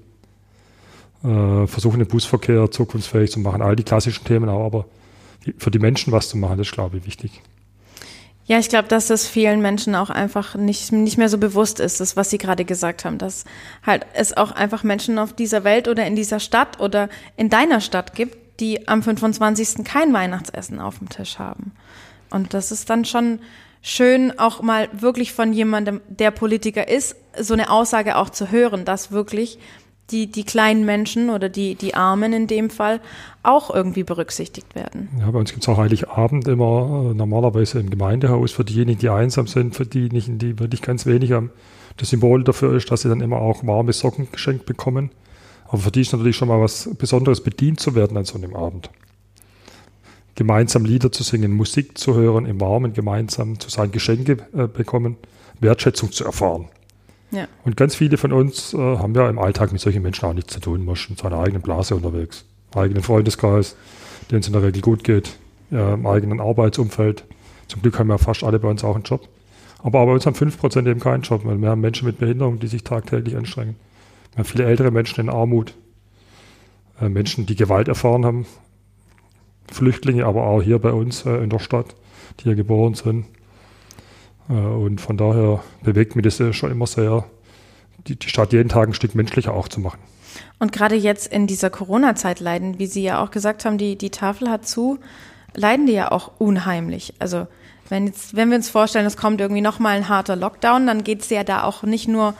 äh, versuchen den Busverkehr zukunftsfähig zu machen, all die klassischen Themen auch, aber für die Menschen was zu machen, das ist, glaube ich, wichtig. Ja, ich glaube, dass das vielen Menschen auch einfach nicht, nicht mehr so bewusst ist, das, was Sie gerade gesagt haben, dass halt es auch einfach Menschen auf dieser Welt oder in dieser Stadt oder in deiner Stadt gibt, die am fünfundzwanzigsten kein Weihnachtsessen auf dem Tisch haben. Und das ist dann schon schön, auch mal wirklich von jemandem, der Politiker ist, so eine Aussage auch zu hören, dass wirklich die, die kleinen Menschen oder die, die Armen in dem Fall auch irgendwie berücksichtigt werden. Ja, bei uns gibt es auch Heiligabend immer, äh, normalerweise im Gemeindehaus für diejenigen, die einsam sind, für diejenigen, die wirklich ganz wenig haben. Das Symbol dafür ist, dass sie dann immer auch warme Socken geschenkt bekommen. Aber für die ist natürlich schon mal was Besonderes, bedient zu werden an so einem Abend. Gemeinsam Lieder zu singen, Musik zu hören, im Warmen gemeinsam zu sein, Geschenke äh, bekommen, Wertschätzung zu erfahren. Ja. Und ganz viele von uns äh, haben ja im Alltag mit solchen Menschen auch nichts zu tun. Man ist in seiner eigenen Blase unterwegs, im eigenen Freundeskreis, denen es in der Regel gut geht, ja, im eigenen Arbeitsumfeld. Zum Glück haben ja fast alle bei uns auch einen Job. Aber bei uns haben fünf Prozent eben keinen Job, weil wir haben Menschen mit Behinderung, die sich tagtäglich anstrengen. Wir haben viele ältere Menschen in Armut, äh, Menschen, die Gewalt erfahren haben, Flüchtlinge, aber auch hier bei uns äh, in der Stadt, die hier geboren sind. Und von daher bewegt mich das schon immer sehr, die, die Stadt jeden Tag ein Stück menschlicher auch zu machen. Und gerade jetzt in dieser Corona-Zeit leiden, wie Sie ja auch gesagt haben, die, die Tafel hat zu, leiden die ja auch unheimlich. Also wenn, jetzt, wenn wir uns vorstellen, es kommt irgendwie nochmal ein harter Lockdown, dann geht es ja da auch nicht nur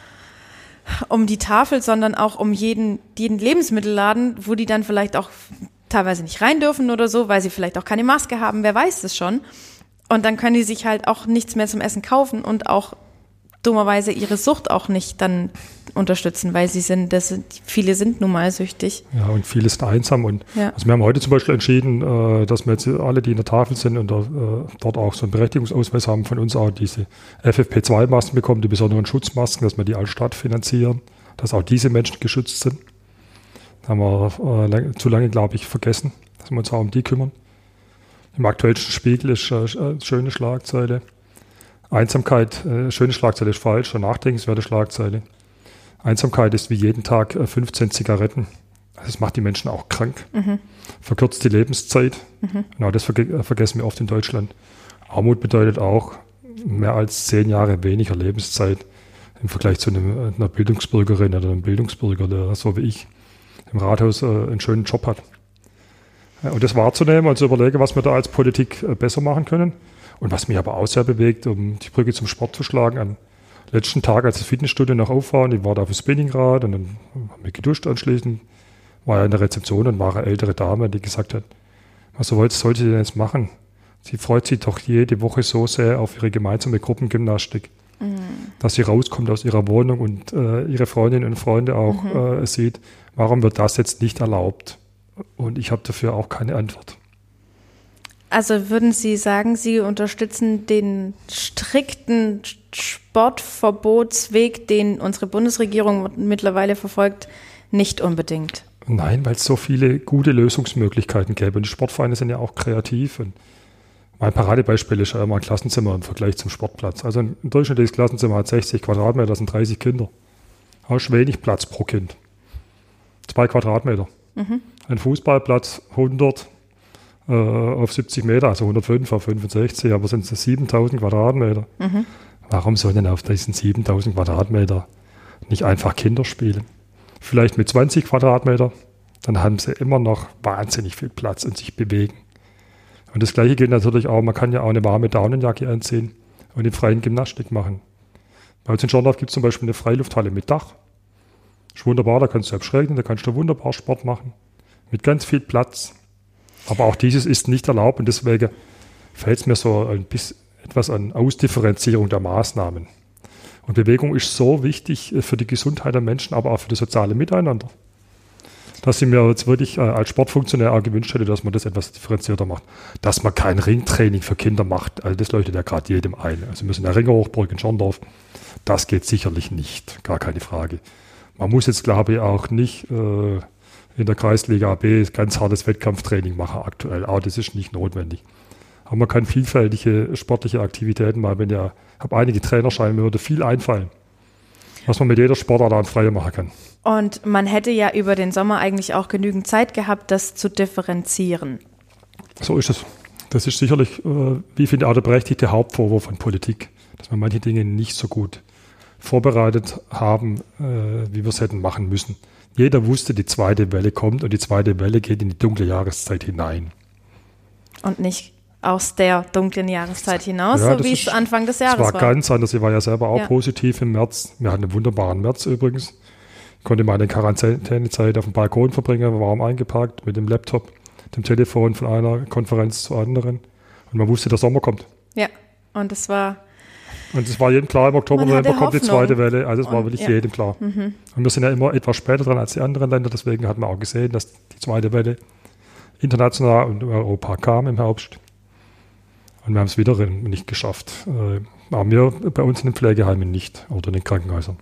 um die Tafel, sondern auch um jeden, jeden Lebensmittelladen, wo die dann vielleicht auch teilweise nicht rein dürfen oder so, weil sie vielleicht auch keine Maske haben, wer weiß das schon. Und dann können die sich halt auch nichts mehr zum Essen kaufen und auch dummerweise ihre Sucht auch nicht dann unterstützen, weil sie sind, das sind, viele sind nun mal süchtig. Ja, und viele sind einsam. Und ja. Also wir haben heute zum Beispiel entschieden, äh, dass wir jetzt alle, die in der Tafel sind und äh, dort auch so einen Berechtigungsausweis haben, von uns auch diese F F P zwei Masken bekommen, die besonderen Schutzmasken, dass wir die als Stadt finanzieren, dass auch diese Menschen geschützt sind. Da haben wir äh, lang, zu lange, glaube ich, vergessen, dass wir uns auch um die kümmern. Im aktuellsten Spiegel ist äh, eine schöne Schlagzeile. Einsamkeit, äh, schöne Schlagzeile ist falsch, eine nachdenkenswerte Schlagzeile. Einsamkeit ist wie jeden Tag äh, fünfzehn Zigaretten. Das macht die Menschen auch krank. Mhm. Verkürzt die Lebenszeit. Mhm. Genau, das verge- äh, vergessen wir oft in Deutschland. Armut bedeutet auch mehr als zehn Jahre weniger Lebenszeit. im Vergleich zu einem, einer Bildungsbürgerin oder einem Bildungsbürger, der so wie ich im Rathaus äh, einen schönen Job hat. Ja, und das wahrzunehmen und zu überlegen, was wir da als Politik äh, besser machen können. Und was mich aber auch sehr bewegt, um die Brücke zum Sport zu schlagen, am letzten Tag, als das Fitnessstudio noch auf war, und ich war da auf dem Spinningrad und dann haben wir geduscht anschließend, war ja in der Rezeption und war eine ältere Dame, die gesagt hat, was sollte sie denn jetzt machen? Sie freut sich doch jede Woche so sehr auf ihre gemeinsame Gruppengymnastik, mhm. dass sie rauskommt aus ihrer Wohnung und äh, ihre Freundinnen und Freunde auch mhm. äh, sieht, warum wird das jetzt nicht erlaubt? Und ich habe dafür auch keine Antwort. Also würden Sie sagen, Sie unterstützen den strikten Sportverbotsweg, den unsere Bundesregierung mittlerweile verfolgt, nicht unbedingt? Nein, weil es so viele gute Lösungsmöglichkeiten gäbe. Und die Sportvereine sind ja auch kreativ. Und mein Paradebeispiel ist ja immer ein Klassenzimmer im Vergleich zum Sportplatz. Also ein durchschnittliches Klassenzimmer hat sechzig Quadratmeter, das sind dreißig Kinder. Hast wenig Platz pro Kind. Zwei Quadratmeter. Mhm. Ein Fußballplatz hundert äh, auf siebzig Meter, also hundertfünf auf fünfundsechzig, aber sind es siebentausend Quadratmeter. Mhm. Warum sollen denn auf diesen siebentausend Quadratmeter nicht einfach Kinder spielen? Vielleicht mit zwanzig Quadratmeter, dann haben sie immer noch wahnsinnig viel Platz und sich bewegen. Und das Gleiche gilt natürlich auch, man kann ja auch eine warme Daunenjacke anziehen und in freien Gymnastik machen. Bei uns in Schorndorf gibt es zum Beispiel eine Freilufthalle mit Dach. Ist wunderbar, da kannst du abschrägen, da kannst du wunderbar Sport machen. Mit ganz viel Platz. Aber auch dieses ist nicht erlaubt und deswegen fällt es mir so ein bisschen etwas an Ausdifferenzierung der Maßnahmen. Und Bewegung ist so wichtig für die Gesundheit der Menschen, aber auch für das soziale Miteinander. Dass ich mir jetzt wirklich äh, als Sportfunktionär auch gewünscht hätte, dass man das etwas differenzierter macht. Dass man kein Ringtraining für Kinder macht, also das leuchtet ja gerade jedem ein. Also wir müssen in der Ringerhochburg in Schorndorf, das geht sicherlich nicht, gar keine Frage. Man muss jetzt, glaube ich, auch nicht äh, in der Kreisliga B ganz hartes Wettkampftraining machen aktuell. Auch das ist nicht notwendig. Aber man kann vielfältige sportliche Aktivitäten machen. Wenn ja, ich habe einige Trainerscheine, mir würde viel einfallen, was man mit jeder Sportart an Freier machen kann. Und man hätte ja über den Sommer eigentlich auch genügend Zeit gehabt, das zu differenzieren. So ist es. Das ist sicherlich, äh, wie ich finde, auch der berechtigte Hauptvorwurf von Politik, dass wir manche Dinge nicht so gut vorbereitet haben, äh, wie wir es hätten machen müssen. Jeder wusste, die zweite Welle kommt und die zweite Welle geht in die dunkle Jahreszeit hinein. Und nicht aus der dunklen Jahreszeit hinaus, ja, so wie es Anfang des Jahres war. Das war ganz anders. Ich war ja selber auch ja. positiv im März. Wir hatten einen wunderbaren März übrigens. Ich konnte meine Quarantänezeit auf dem Balkon verbringen, warm eingeparkt mit dem Laptop, dem Telefon von einer Konferenz zur anderen. Und man wusste, der Sommer kommt. Ja, und es war... Und es war jedem klar, im Oktober, November kommt die zweite Welle. Also es war wirklich ja. jedem klar. Mhm. Und wir sind ja immer etwas später dran als die anderen Länder. Deswegen hat man auch gesehen, dass die zweite Welle international und in Europa kam im Herbst. Und wir haben es wieder nicht geschafft. Äh, aber wir bei uns in den Pflegeheimen nicht oder in den Krankenhäusern.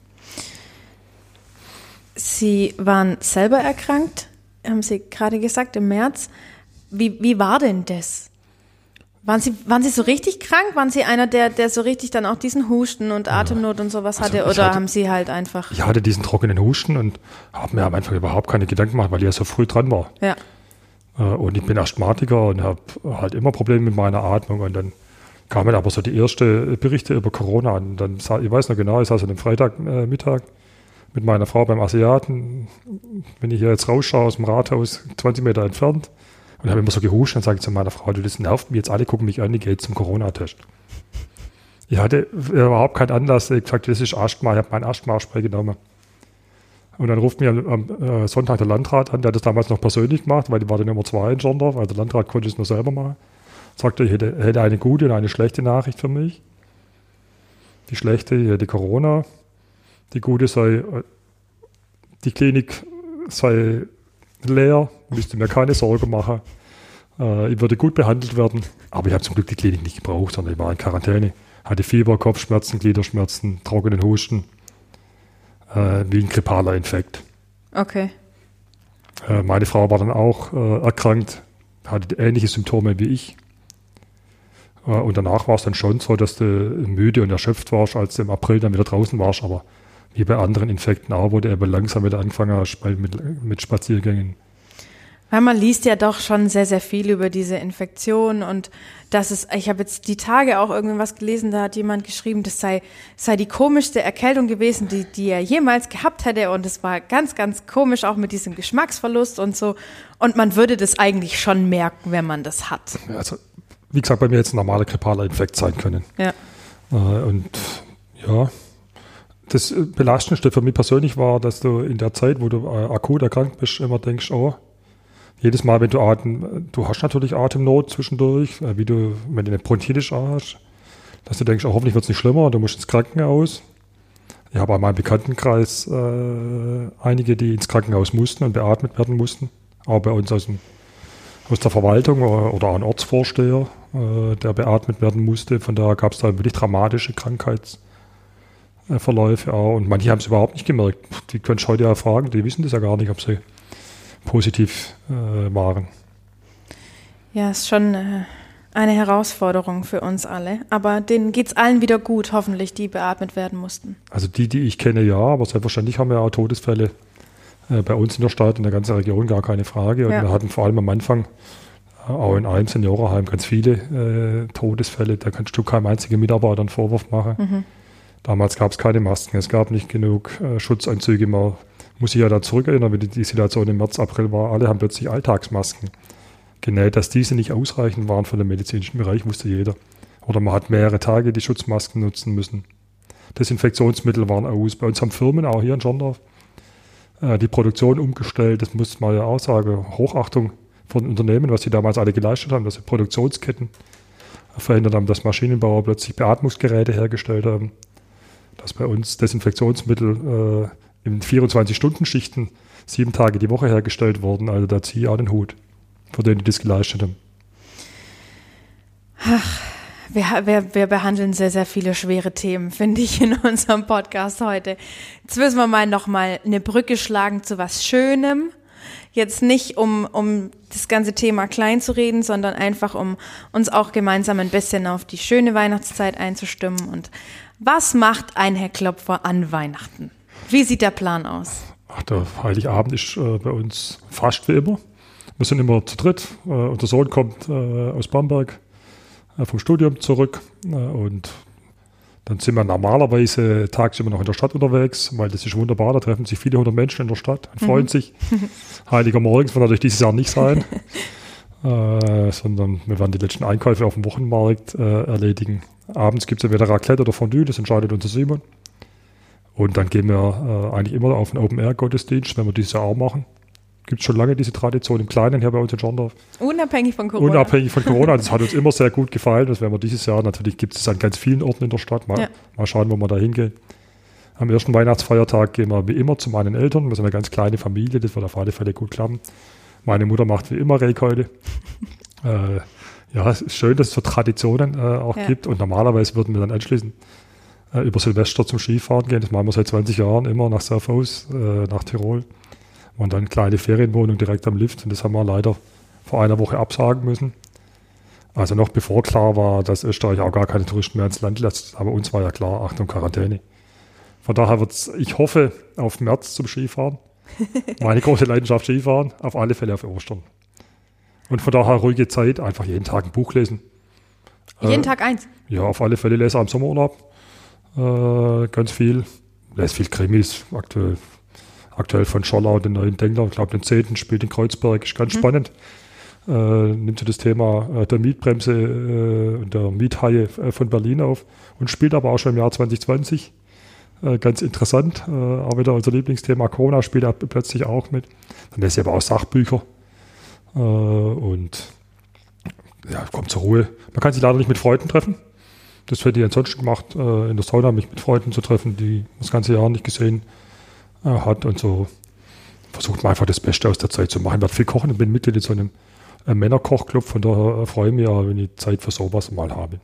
Sie waren selber erkrankt, haben Sie gerade gesagt, im März. Wie, wie war denn das? Waren Sie, waren Sie so richtig krank? Waren Sie einer, der, der so richtig dann auch diesen Husten und Atemnot und sowas also hatte? Oder hatte, haben Sie halt einfach... Ich hatte diesen trockenen Husten und habe mir am Anfang überhaupt keine Gedanken gemacht, weil ich ja so früh dran war. Ja. Und ich bin Asthmatiker und habe halt immer Probleme mit meiner Atmung. Und dann kamen aber so die ersten Berichte über Corona. Und dann, ich weiß noch genau, ich saß an einem Freitagmittag äh, mit meiner Frau beim Asiaten. Wenn ich hier jetzt rausschaue aus dem Rathaus, zwanzig Meter entfernt, und habe immer so gehuscht, dann sage ich zu meiner Frau, du, das nervt mich jetzt, alle gucken mich an, ich gehe zum Corona-Test. Ich hatte überhaupt keinen Anlass, ich gesagt, das ist Asthma, ich habe mein Asthma-Spray genommen. Und dann ruft mir am äh, Sonntag der Landrat an, der hat das damals noch persönlich gemacht, weil die war die Nummer zwei in Schorndorf, also der Landrat konnte es nur selber machen. Sagte, ich hätte, hätte eine gute und eine schlechte Nachricht für mich. Die schlechte, ich hätte Corona. Die gute sei, die Klinik sei leer, müsste mir keine Sorge machen. Äh, ich würde gut behandelt werden, aber ich habe zum Glück die Klinik nicht gebraucht, sondern ich war in Quarantäne. Hatte Fieber, Kopfschmerzen, Gliederschmerzen, trockenen Husten, äh, wie ein grippaler Infekt. Okay. Äh, meine Frau war dann auch äh, erkrankt, hatte ähnliche Symptome wie ich. Äh, und danach war es dann schon so, dass du müde und erschöpft warst, als du im April dann wieder draußen warst, aber wie bei anderen Infekten auch, wo du eben langsam wieder angefangen hast mit, mit Spaziergängen. Weil man liest ja doch schon sehr, sehr viel über diese Infektion und das ist, ich habe jetzt die Tage auch irgendwas gelesen, da hat jemand geschrieben, das sei, sei die komischste Erkältung gewesen, die, die er jemals gehabt hätte und es war ganz, ganz komisch, auch mit diesem Geschmacksverlust und so und man würde das eigentlich schon merken, wenn man das hat. Also, wie gesagt, bei mir jetzt ein normaler grippaler Infekt sein können. Ja. Und ja, das Belastendste für mich persönlich war, dass du in der Zeit, wo du akut erkrankt bist, immer denkst, oh, jedes Mal, wenn du Atem, du hast natürlich Atemnot zwischendurch, wie du, wenn du eine Bronchitis hast, dass du denkst, oh, hoffentlich wird es nicht schlimmer, du musst ins Krankenhaus. Ich habe in meinem Bekanntenkreis äh, einige, die ins Krankenhaus mussten und beatmet werden mussten, auch bei uns aus, dem, aus der Verwaltung oder, oder ein Ortsvorsteher, äh, der beatmet werden musste. Von daher gab es da wirklich dramatische Krankheitsverläufe auch und manche haben es überhaupt nicht gemerkt. Die könntest du heute ja fragen, die wissen das ja gar nicht, ob sie positiv äh, waren. Ja, ist schon äh, eine Herausforderung für uns alle. Aber denen geht es allen wieder gut, hoffentlich, die beatmet werden mussten. Also die, die ich kenne, ja, aber selbstverständlich haben wir auch Todesfälle äh, bei uns in der Stadt, in der ganzen Region, gar keine Frage. Und ja. wir hatten vor allem am Anfang äh, auch in einem Seniorenheim ganz viele äh, Todesfälle. Da kannst du keinem einzigen Mitarbeiter einen Vorwurf machen. Mhm. Damals gab es keine Masken, es gab nicht genug äh, Schutzanzüge mehr. Muss ich ja da zurückerinnern, wie die Situation im März, April war, alle haben plötzlich Alltagsmasken genäht. Dass diese nicht ausreichend waren für den medizinischen Bereich, wusste jeder. Oder man hat mehrere Tage die Schutzmasken nutzen müssen. Desinfektionsmittel waren aus. Bei uns haben Firmen, auch hier in Schorndorf, äh, die Produktion umgestellt. Das muss man ja auch sagen. Hochachtung von Unternehmen, was sie damals alle geleistet haben, dass sie Produktionsketten verhindert haben, dass Maschinenbauer plötzlich Beatmungsgeräte hergestellt haben, dass bei uns Desinfektionsmittel äh, in vierundzwanzig-Stunden-Schichten sieben Tage die Woche hergestellt wurden. Also da ziehe ich auch den Hut, vor denen die das geleistet haben. Ach, wir, wir, wir behandeln sehr, sehr viele schwere Themen, finde ich, in unserem Podcast heute. Jetzt müssen wir mal nochmal eine Brücke schlagen zu was Schönem. Jetzt nicht, um, um das ganze Thema klein zu reden, sondern einfach, um uns auch gemeinsam ein bisschen auf die schöne Weihnachtszeit einzustimmen. Und was macht ein Herr Klopfer an Weihnachten? Wie sieht der Plan aus? Ach, der Heiligabend ist äh, bei uns fast wie immer. Wir sind immer zu dritt. Äh, unser Sohn kommt äh, aus Bamberg äh, vom Studium zurück äh, und dann sind wir normalerweise tagsüber noch in der Stadt unterwegs, weil das ist wunderbar. Da treffen sich viele hundert Menschen in der Stadt und freuen mhm. sich. Heiliger Morgens wird natürlich dieses Jahr nicht sein, äh, sondern wir werden die letzten Einkäufe auf dem Wochenmarkt äh, erledigen. Abends gibt es entweder Raclette oder Fondue, das entscheidet unser Simon. Und dann gehen wir äh, eigentlich immer auf einen Open-Air-Gottesdienst, wenn wir dieses Jahr auch machen. Gibt es schon lange diese Tradition im Kleinen hier bei uns in Schorndorf. Unabhängig von Corona. Unabhängig von Corona. Das hat uns immer sehr gut gefallen. Das werden wir dieses Jahr, natürlich gibt es an ganz vielen Orten in der Stadt. Mal, ja. mal schauen, wo wir da hingehen. Am ersten Weihnachtsfeiertag gehen wir wie immer zu meinen Eltern. Wir sind eine ganz kleine Familie, das wird auf alle Fälle gut klappen. Meine Mutter macht wie immer Rehkeule. äh, ja, es ist schön, dass es so Traditionen äh, auch ja. gibt. Und normalerweise würden wir dann anschließend äh, über Silvester zum Skifahren gehen. Das machen wir seit zwanzig Jahren immer nach Surfhaus, äh, nach Tirol. Und dann eine kleine Ferienwohnung direkt am Lift. Und das haben wir leider vor einer Woche absagen müssen. Also noch bevor klar war, dass Österreich auch gar keine Touristen mehr ins Land lässt. Aber uns war ja klar, Achtung, Quarantäne. Von daher wird es, ich hoffe, auf März zum Skifahren. Meine große Leidenschaft Skifahren, auf alle Fälle auf Ostern. Und von daher ruhige Zeit, einfach jeden Tag ein Buch lesen. Jeden äh, Tag eins? Ja, auf alle Fälle lese ich im Sommerurlaub äh, ganz viel. Lese viel Krimis, aktuell, aktuell von Schollau, den neuen Denkler, ich glaube den zehnten spielt in Kreuzberg, ist ganz mhm. spannend. Äh, nimmt so das Thema äh, der Mietbremse äh, und der Miethaie äh, von Berlin auf und spielt aber auch schon im Jahr zwanzig zwanzig. Äh, ganz interessant, äh, auch wieder unser Lieblingsthema Corona spielt er plötzlich auch mit. Dann lese ich aber auch Sachbücher äh, und ja, kommt zur Ruhe. Man kann sich leider nicht mit Freunden treffen. Das hätte ich ansonsten gemacht, äh, in der Sauna mich mit Freunden zu treffen, die man das ganze Jahr nicht gesehen äh, hat und so versucht man einfach das Beste aus der Zeit zu machen. Ich werde viel kochen und bin Mitglied in so einem äh, Männerkochclub, von daher äh, freue ich mich ja, wenn ich Zeit für sowas mal habe.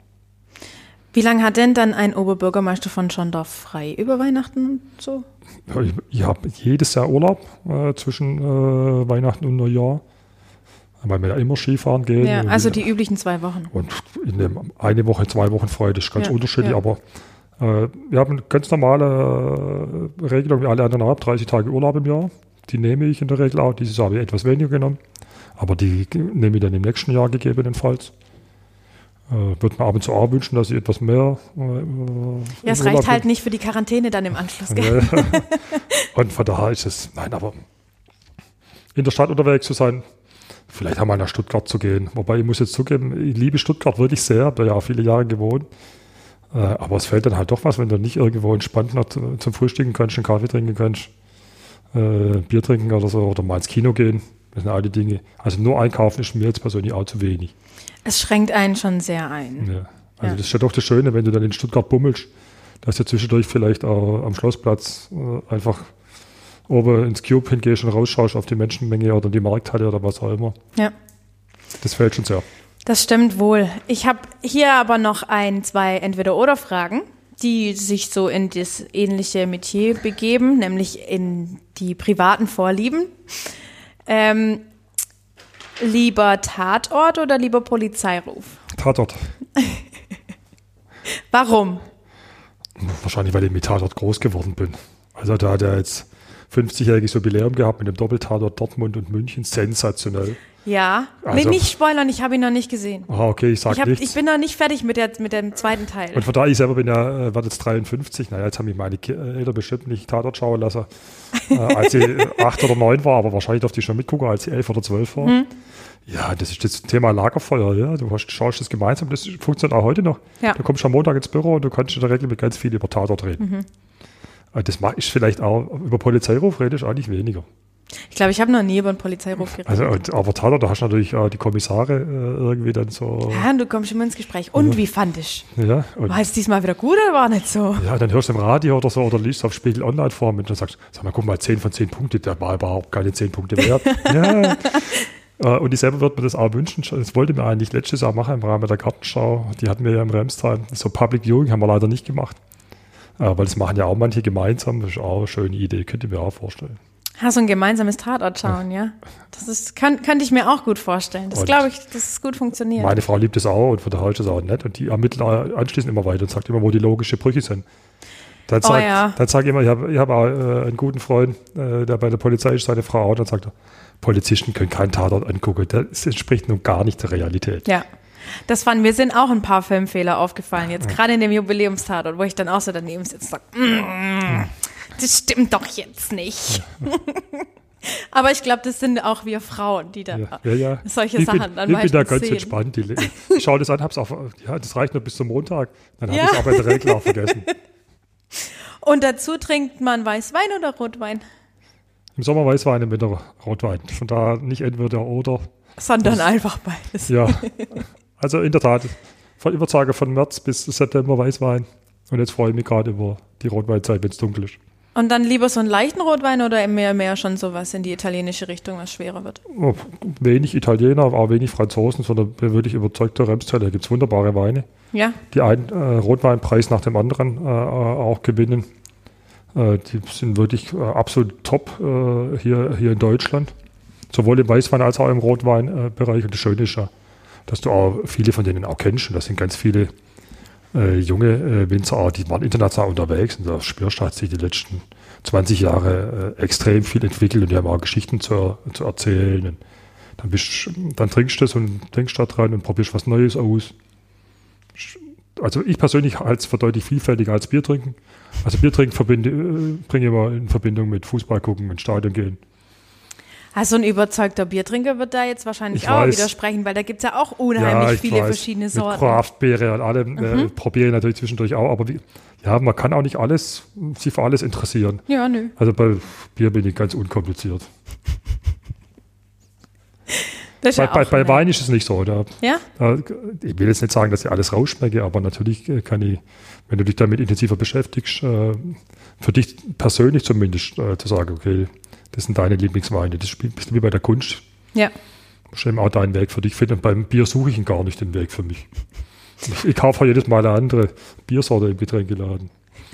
Wie lange hat denn dann ein Oberbürgermeister von Schorndorf frei über Weihnachten und so? Ja, ich ich habe jedes Jahr Urlaub äh, zwischen äh, Weihnachten und Neujahr, weil wir ja immer Skifahren gehen. Ja, also die üblichen zwei Wochen. Und in dem eine Woche, zwei Wochen frei, das ist ganz ja, unterschiedlich, ja. aber äh, wir haben eine ganz normale äh, Regelung, wie alle anderen auch, dreißig Tage Urlaub im Jahr. Die nehme ich in der Regel auch. Dieses Jahr habe ich etwas weniger genommen. Aber die nehme ich dann im nächsten Jahr gegebenenfalls. Äh, würde mir ab und zu auch wünschen, dass ich etwas mehr... Äh, ja, es reicht halt nicht für die Quarantäne dann im Anschluss. Gell? Und von daher ist es... Nein, aber in der Stadt unterwegs zu sein, vielleicht einmal nach Stuttgart zu gehen. Wobei ich muss jetzt zugeben, ich liebe Stuttgart wirklich sehr, habe da ja auch viele Jahre gewohnt. Äh, aber es fällt dann halt doch was, wenn du nicht irgendwo entspannt noch zum Frühstücken kannst, einen Kaffee trinken kannst, äh, Bier trinken oder so, oder mal ins Kino gehen. Das sind alle Dinge. Also nur einkaufen ist mir jetzt persönlich auch zu wenig. Es schränkt einen schon sehr ein. Ja. Also ja. Das ist ja doch das Schöne, wenn du dann in Stuttgart bummelst, dass du zwischendurch vielleicht auch am Schlossplatz äh, einfach oben ins Cube hingehst und rausschaust auf die Menschenmenge oder die Markthalle oder was auch immer. Ja. Das fällt schon sehr. Das stimmt wohl. Ich habe hier aber noch ein, zwei Entweder-Oder-Fragen, die sich so in das ähnliche Metier begeben, nämlich in die privaten Vorlieben. Ähm, lieber Tatort oder lieber Polizeiruf? Tatort. Warum? Wahrscheinlich, weil ich mit Tatort groß geworden bin. Also da hat er jetzt fünfzigjähriges Jubiläum gehabt mit dem Doppeltatort Dortmund und München. Sensationell. Ja, also, nee, nicht spoilern, ich habe ihn noch nicht gesehen. Ah, okay, ich sag ich hab, nichts. Ich bin noch nicht fertig mit, der, mit dem zweiten Teil. Und von daher, ich selber bin ja, war jetzt dreiundfünfzig, naja, jetzt haben mich meine Eltern bestimmt nicht Tatort schauen lassen, äh, als ich acht oder neun war, aber wahrscheinlich durfte ich schon mitgucken, als ich elf oder zwölf war. Hm. Ja, das ist das Thema Lagerfeuer, ja, du hast, schaust das gemeinsam, das funktioniert auch heute noch. Ja. Du kommst am Montag ins Büro und du kannst in der Regel mit ganz viel über Tatort reden. Mhm. Das mache ich vielleicht auch, über Polizeiruf rede ich eigentlich weniger. Ich glaube, ich habe noch nie über einen Polizeiruf geredet. Also, und, aber Tatort, da hast du natürlich äh, die Kommissare äh, irgendwie dann so. Ja, und du kommst immer ins Gespräch. Und ja. Wie fand ich? Ja, und war es diesmal wieder gut oder war nicht so? Ja, dann hörst du im Radio oder so oder liest auf Spiegel Online vor und dann sagst du, sag mal, guck mal, zehn von zehn Punkte, der war überhaupt keine zehn Punkte wert. Ja. äh, und ich selber würde mir das auch wünschen. Das wollte mir eigentlich letztes Jahr machen im Rahmen der Gartenschau. Die hatten wir ja im Remstal. So Public Viewing haben wir leider nicht gemacht. Äh, weil das machen ja auch manche gemeinsam. Das ist auch eine schöne Idee, könnte ich mir auch vorstellen. Ja, so ein gemeinsames Tatort schauen, ja. Das ist, kann, könnte ich mir auch gut vorstellen. Das glaube ich, dass es gut funktioniert. Meine Frau liebt es auch und von daher ist es auch nett. Und die ermittelt anschließend immer weiter und sagt immer, wo die logischen Brüche sind. Dann sagt, oh, ja. dann sage ich immer, ich habe ich hab auch äh, einen guten Freund, äh, der bei der Polizei ist, seine Frau auch, und dann sagt er, Polizisten können keinen Tatort angucken. Das entspricht nun gar nicht der Realität. Ja. Das fanden mir sind auch ein paar Filmfehler aufgefallen, jetzt ja. gerade in dem Jubiläumstatort, wo ich dann auch so daneben sitze und sage, mm, das stimmt doch jetzt nicht. Ja. Aber ich glaube, das sind auch wir Frauen, die da ja, ja, ja. solche ich Sachen bin, dann ich bin da ganz sehen. entspannt. Die, ich schaue das an, hab's auch, ja, das reicht nur bis zum Montag. Dann habe ja. ich es aber in der Regel auch vergessen. Und dazu trinkt man Weißwein oder Rotwein? Im Sommer Weißwein, im Winter Rotwein. Von daher nicht entweder oder. Sondern das, einfach beides. Ja, also in der Tat, von Überzeuge von März bis September Weißwein. Und jetzt freue ich mich gerade über die Rotweinzeit, wenn es dunkel ist. Und dann lieber so einen leichten Rotwein oder mehr, mehr schon sowas in die italienische Richtung, was schwerer wird? Oh, wenig Italiener, aber auch wenig Franzosen, sondern bin wirklich überzeugter Remsteller. Da gibt es wunderbare Weine, ja. die einen äh, Rotweinpreis nach dem anderen äh, auch gewinnen. Äh, die sind wirklich äh, absolut top äh, hier, hier in Deutschland. Sowohl im Weißwein als auch im Rotweinbereich. Äh, Und das Schöne ist ja, dass du auch viele von denen auch kennst. Und das sind ganz viele Äh, junge äh, Winzer, auch, die waren international unterwegs und da spürst du, hat sich die letzten zwanzig Jahre äh, extrem viel entwickelt und die haben auch Geschichten zu, zu erzählen. Und dann, bist, dann trinkst du das und denkst da dran und probierst was Neues aus. Also ich persönlich halte es für deutlich vielfältiger als Bier trinken. Also Bier trinken verbinde, äh, bringe ich immer in Verbindung mit Fußball gucken, ins Stadion gehen. Also ein überzeugter Biertrinker wird da jetzt wahrscheinlich ich auch weiß. widersprechen, weil da gibt es ja auch unheimlich ja, viele weiß. verschiedene Sorten. Mit Craft-Biere und allem mhm. äh, probiere ich natürlich zwischendurch auch, aber wie, ja, man kann auch nicht alles, sich für alles interessieren. Ja, nö. Also bei Bier bin ich ganz unkompliziert. Das ist bei, ja bei, auch bei Wein ist es nicht so. Da, ja? Da, ich will jetzt nicht sagen, dass ich alles rausschmecke, aber natürlich kann ich, wenn du dich damit intensiver beschäftigst, äh, für dich persönlich zumindest äh, zu sagen, okay, das sind deine Lieblingsweine. Das ist ein bisschen wie bei der Kunst. Ja. Du musst eben auch deinen Weg für dich finden. Und beim Bier suche ich ihn gar nicht, den Weg für mich. Ich, ich kaufe jedes Mal eine andere Biersorte im Getränkeladen.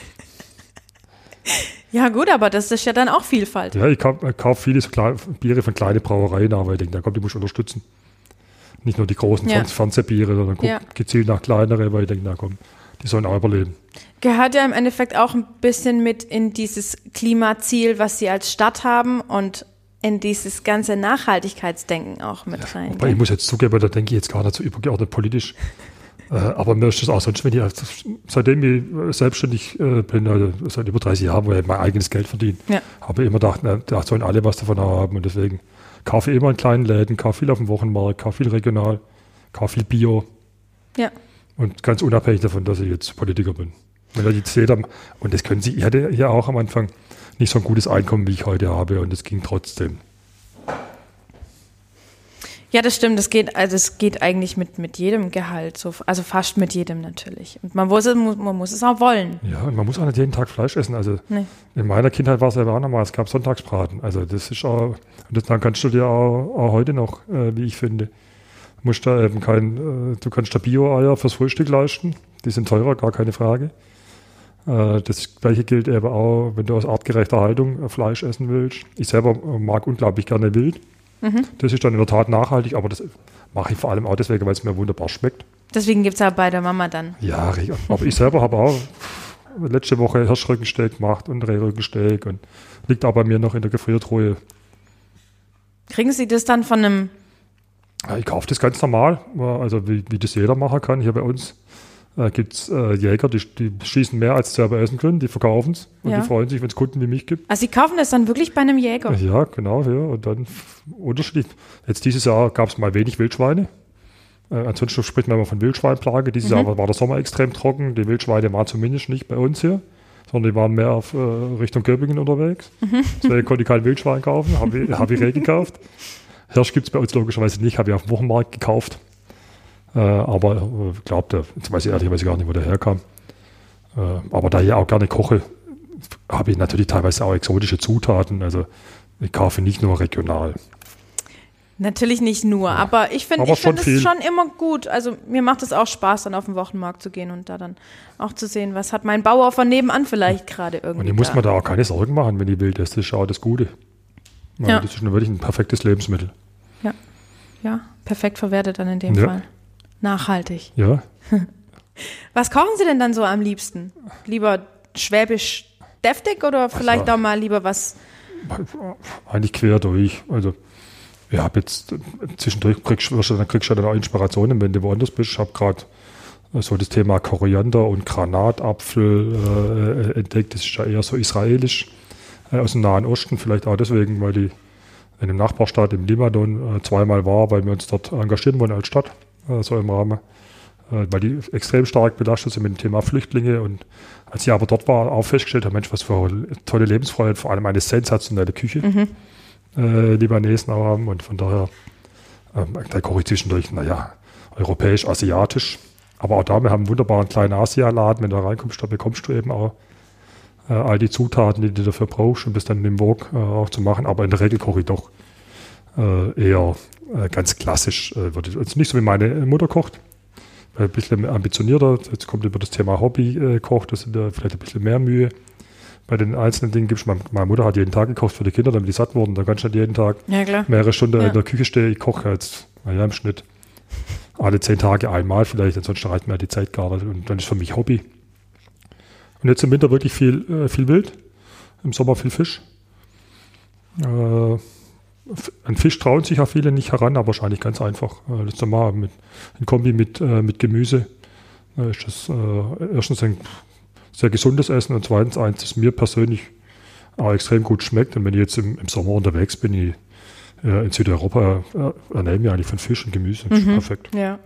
Ja gut, aber das ist ja dann auch Vielfalt. Ja, ich kaufe kauf viele so kleine, Biere von kleinen Brauereien, aber ich denke, da kommt, die muss ich unterstützen. Nicht nur die großen ja. Fernsehbiere, sondern guck ja. gezielt nach kleinere, weil ich denke, na komm, die sollen auch überleben. Gehört ja im Endeffekt auch ein bisschen mit in dieses Klimaziel, was sie als Stadt haben und in dieses ganze Nachhaltigkeitsdenken auch mit rein. Aber ich muss jetzt zugeben, da denke ich jetzt gar nicht so übergeordnet politisch. äh, aber mir ist das auch sonst, wenn ich, seitdem ich selbstständig äh, bin, also seit über dreißig Jahren, wo ich mein eigenes Geld verdiene, ja. habe ich immer gedacht, na, da sollen alle was davon haben. Und deswegen kaufe ich immer in kleinen Läden, kaufe viel auf dem Wochenmarkt, kaufe viel regional, kaufe viel Bio. Ja. Und ganz unabhängig davon, dass ich jetzt Politiker bin. Wenn jetzt jeder, und das können Sie, ich hatte ja auch am Anfang nicht so ein gutes Einkommen, wie ich heute habe, und es ging trotzdem. Ja, das stimmt. Das geht, also es geht eigentlich mit, mit jedem Gehalt, so, also fast mit jedem natürlich. Und man muss, es, man muss es auch wollen. Ja, und man muss auch nicht jeden Tag Fleisch essen. Also nee. In meiner Kindheit war es ja auch normal, es gab Sonntagsbraten. Also das ist auch, und das, dann kannst du dir auch, auch heute noch, äh, wie ich finde, musst da eben kein, äh, du kannst da Bio-Eier fürs Frühstück leisten. Die sind teurer, gar keine Frage. Das Gleiche gilt eben auch, wenn du aus artgerechter Haltung Fleisch essen willst. Ich selber mag unglaublich gerne Wild. Mhm. Das ist dann in der Tat nachhaltig, aber das mache ich vor allem auch deswegen, weil es mir wunderbar schmeckt. Deswegen gibt es auch bei der Mama dann. Ja, aber ich selber habe auch letzte Woche Hirschrückensteak gemacht und Rehrückensteak und liegt auch bei mir noch in der Gefriertruhe. Kriegen Sie das dann von einem... Ja, ich kaufe das ganz normal, also wie, wie das jeder machen kann. Hier bei uns äh, gibt es äh, Jäger, die, die schießen mehr, als sie selber essen können, die verkaufen es und ja. Die freuen sich, wenn es Kunden wie mich gibt. Also Sie kaufen das dann wirklich bei einem Jäger? Ja, genau, ja. Und dann unterschiedlich. Jetzt dieses Jahr gab es mal wenig Wildschweine. Äh, ansonsten spricht man immer von Wildschweinplage. Dieses mhm. Jahr war der Sommer extrem trocken. Die Wildschweine waren zumindest nicht bei uns hier, sondern die waren mehr auf äh, Richtung Göppingen unterwegs. Mhm. Deswegen konnte ich kein Wildschwein kaufen, habe ich, hab ich Reh gekauft. Hirsch gibt es bei uns logischerweise nicht, habe ich auf dem Wochenmarkt gekauft. Äh, aber ich äh, glaube, jetzt weiß ich ehrlicherweise gar nicht, wo der herkam. Äh, aber da ich auch gerne koche, habe ich natürlich teilweise auch exotische Zutaten. Also ich kaufe nicht nur regional. Natürlich nicht nur, ja. aber ich finde ich find es schon immer gut. Also mir macht es auch Spaß, dann auf den Wochenmarkt zu gehen und da dann auch zu sehen, was hat mein Bauer von nebenan vielleicht gerade irgendwie. Und ich muss mir da auch keine Sorgen machen, wenn ich will. Das ist auch das Gute. Also ja. Das ist wirklich ein perfektes Lebensmittel. Ja, ja, perfekt verwertet dann in dem ja. Fall. Nachhaltig. Ja. Was kochen Sie denn dann so am liebsten? Lieber schwäbisch deftig oder vielleicht also, auch mal lieber was? Eigentlich quer durch. Also ich habe jetzt zwischendurch kriegst, dann kriegst du dann auch Inspirationen, wenn du woanders bist. Ich habe gerade so das Thema Koriander und Granatapfel äh, entdeckt. Das ist ja eher so israelisch äh, aus dem Nahen Osten. Vielleicht auch deswegen, weil die in dem Nachbarstaat im Libanon äh, zweimal war, weil wir uns dort engagieren wollen als Stadt, äh, so im Rahmen, äh, weil die extrem stark belastet sind mit dem Thema Flüchtlinge. Und als ich aber dort war, auch festgestellt habe, Mensch, was für tolle Lebensfreude, vor allem eine sensationelle Küche mhm. äh, Libanesen auch haben. Und von daher, äh, da koche ich zwischendurch, naja, europäisch, asiatisch. Aber auch da, wir haben einen wunderbaren kleinen Asialaden. Wenn du da reinkommst, da bekommst du eben auch äh, all die Zutaten, die du dafür brauchst, um das dann im Wok äh, auch zu machen. Aber in der Regel koche ich doch äh, eher äh, ganz klassisch. Äh, würde ich, also nicht so wie meine Mutter kocht, ein bisschen ambitionierter. Jetzt kommt über das Thema Hobby äh, kocht, das ist äh, vielleicht ein bisschen mehr Mühe. Bei den einzelnen Dingen gibt's, meine, meine Mutter hat jeden Tag gekocht für die Kinder, damit die satt wurden. Da kannst du nicht jeden Tag ja, mehrere Stunden ja. in der Küche stehen. Ich koche jetzt, naja, im Schnitt alle zehn Tage einmal vielleicht, ansonsten reicht mir die Zeit gar nicht. Und dann ist für mich Hobby. Und jetzt im Winter wirklich viel, äh, viel Wild, im Sommer viel Fisch. Äh, an Fisch trauen sich ja viele nicht heran, aber wahrscheinlich ganz einfach. Äh, das normal mit in Kombi mit, äh, mit Gemüse äh, ist das äh, erstens ein sehr gesundes Essen und zweitens eins, das mir persönlich auch extrem gut schmeckt. Und wenn ich jetzt im, im Sommer unterwegs bin, ich, äh, in Südeuropa äh, ernähre ich mich eigentlich von Fisch und Gemüse. Das ist mhm. perfekt. Ja.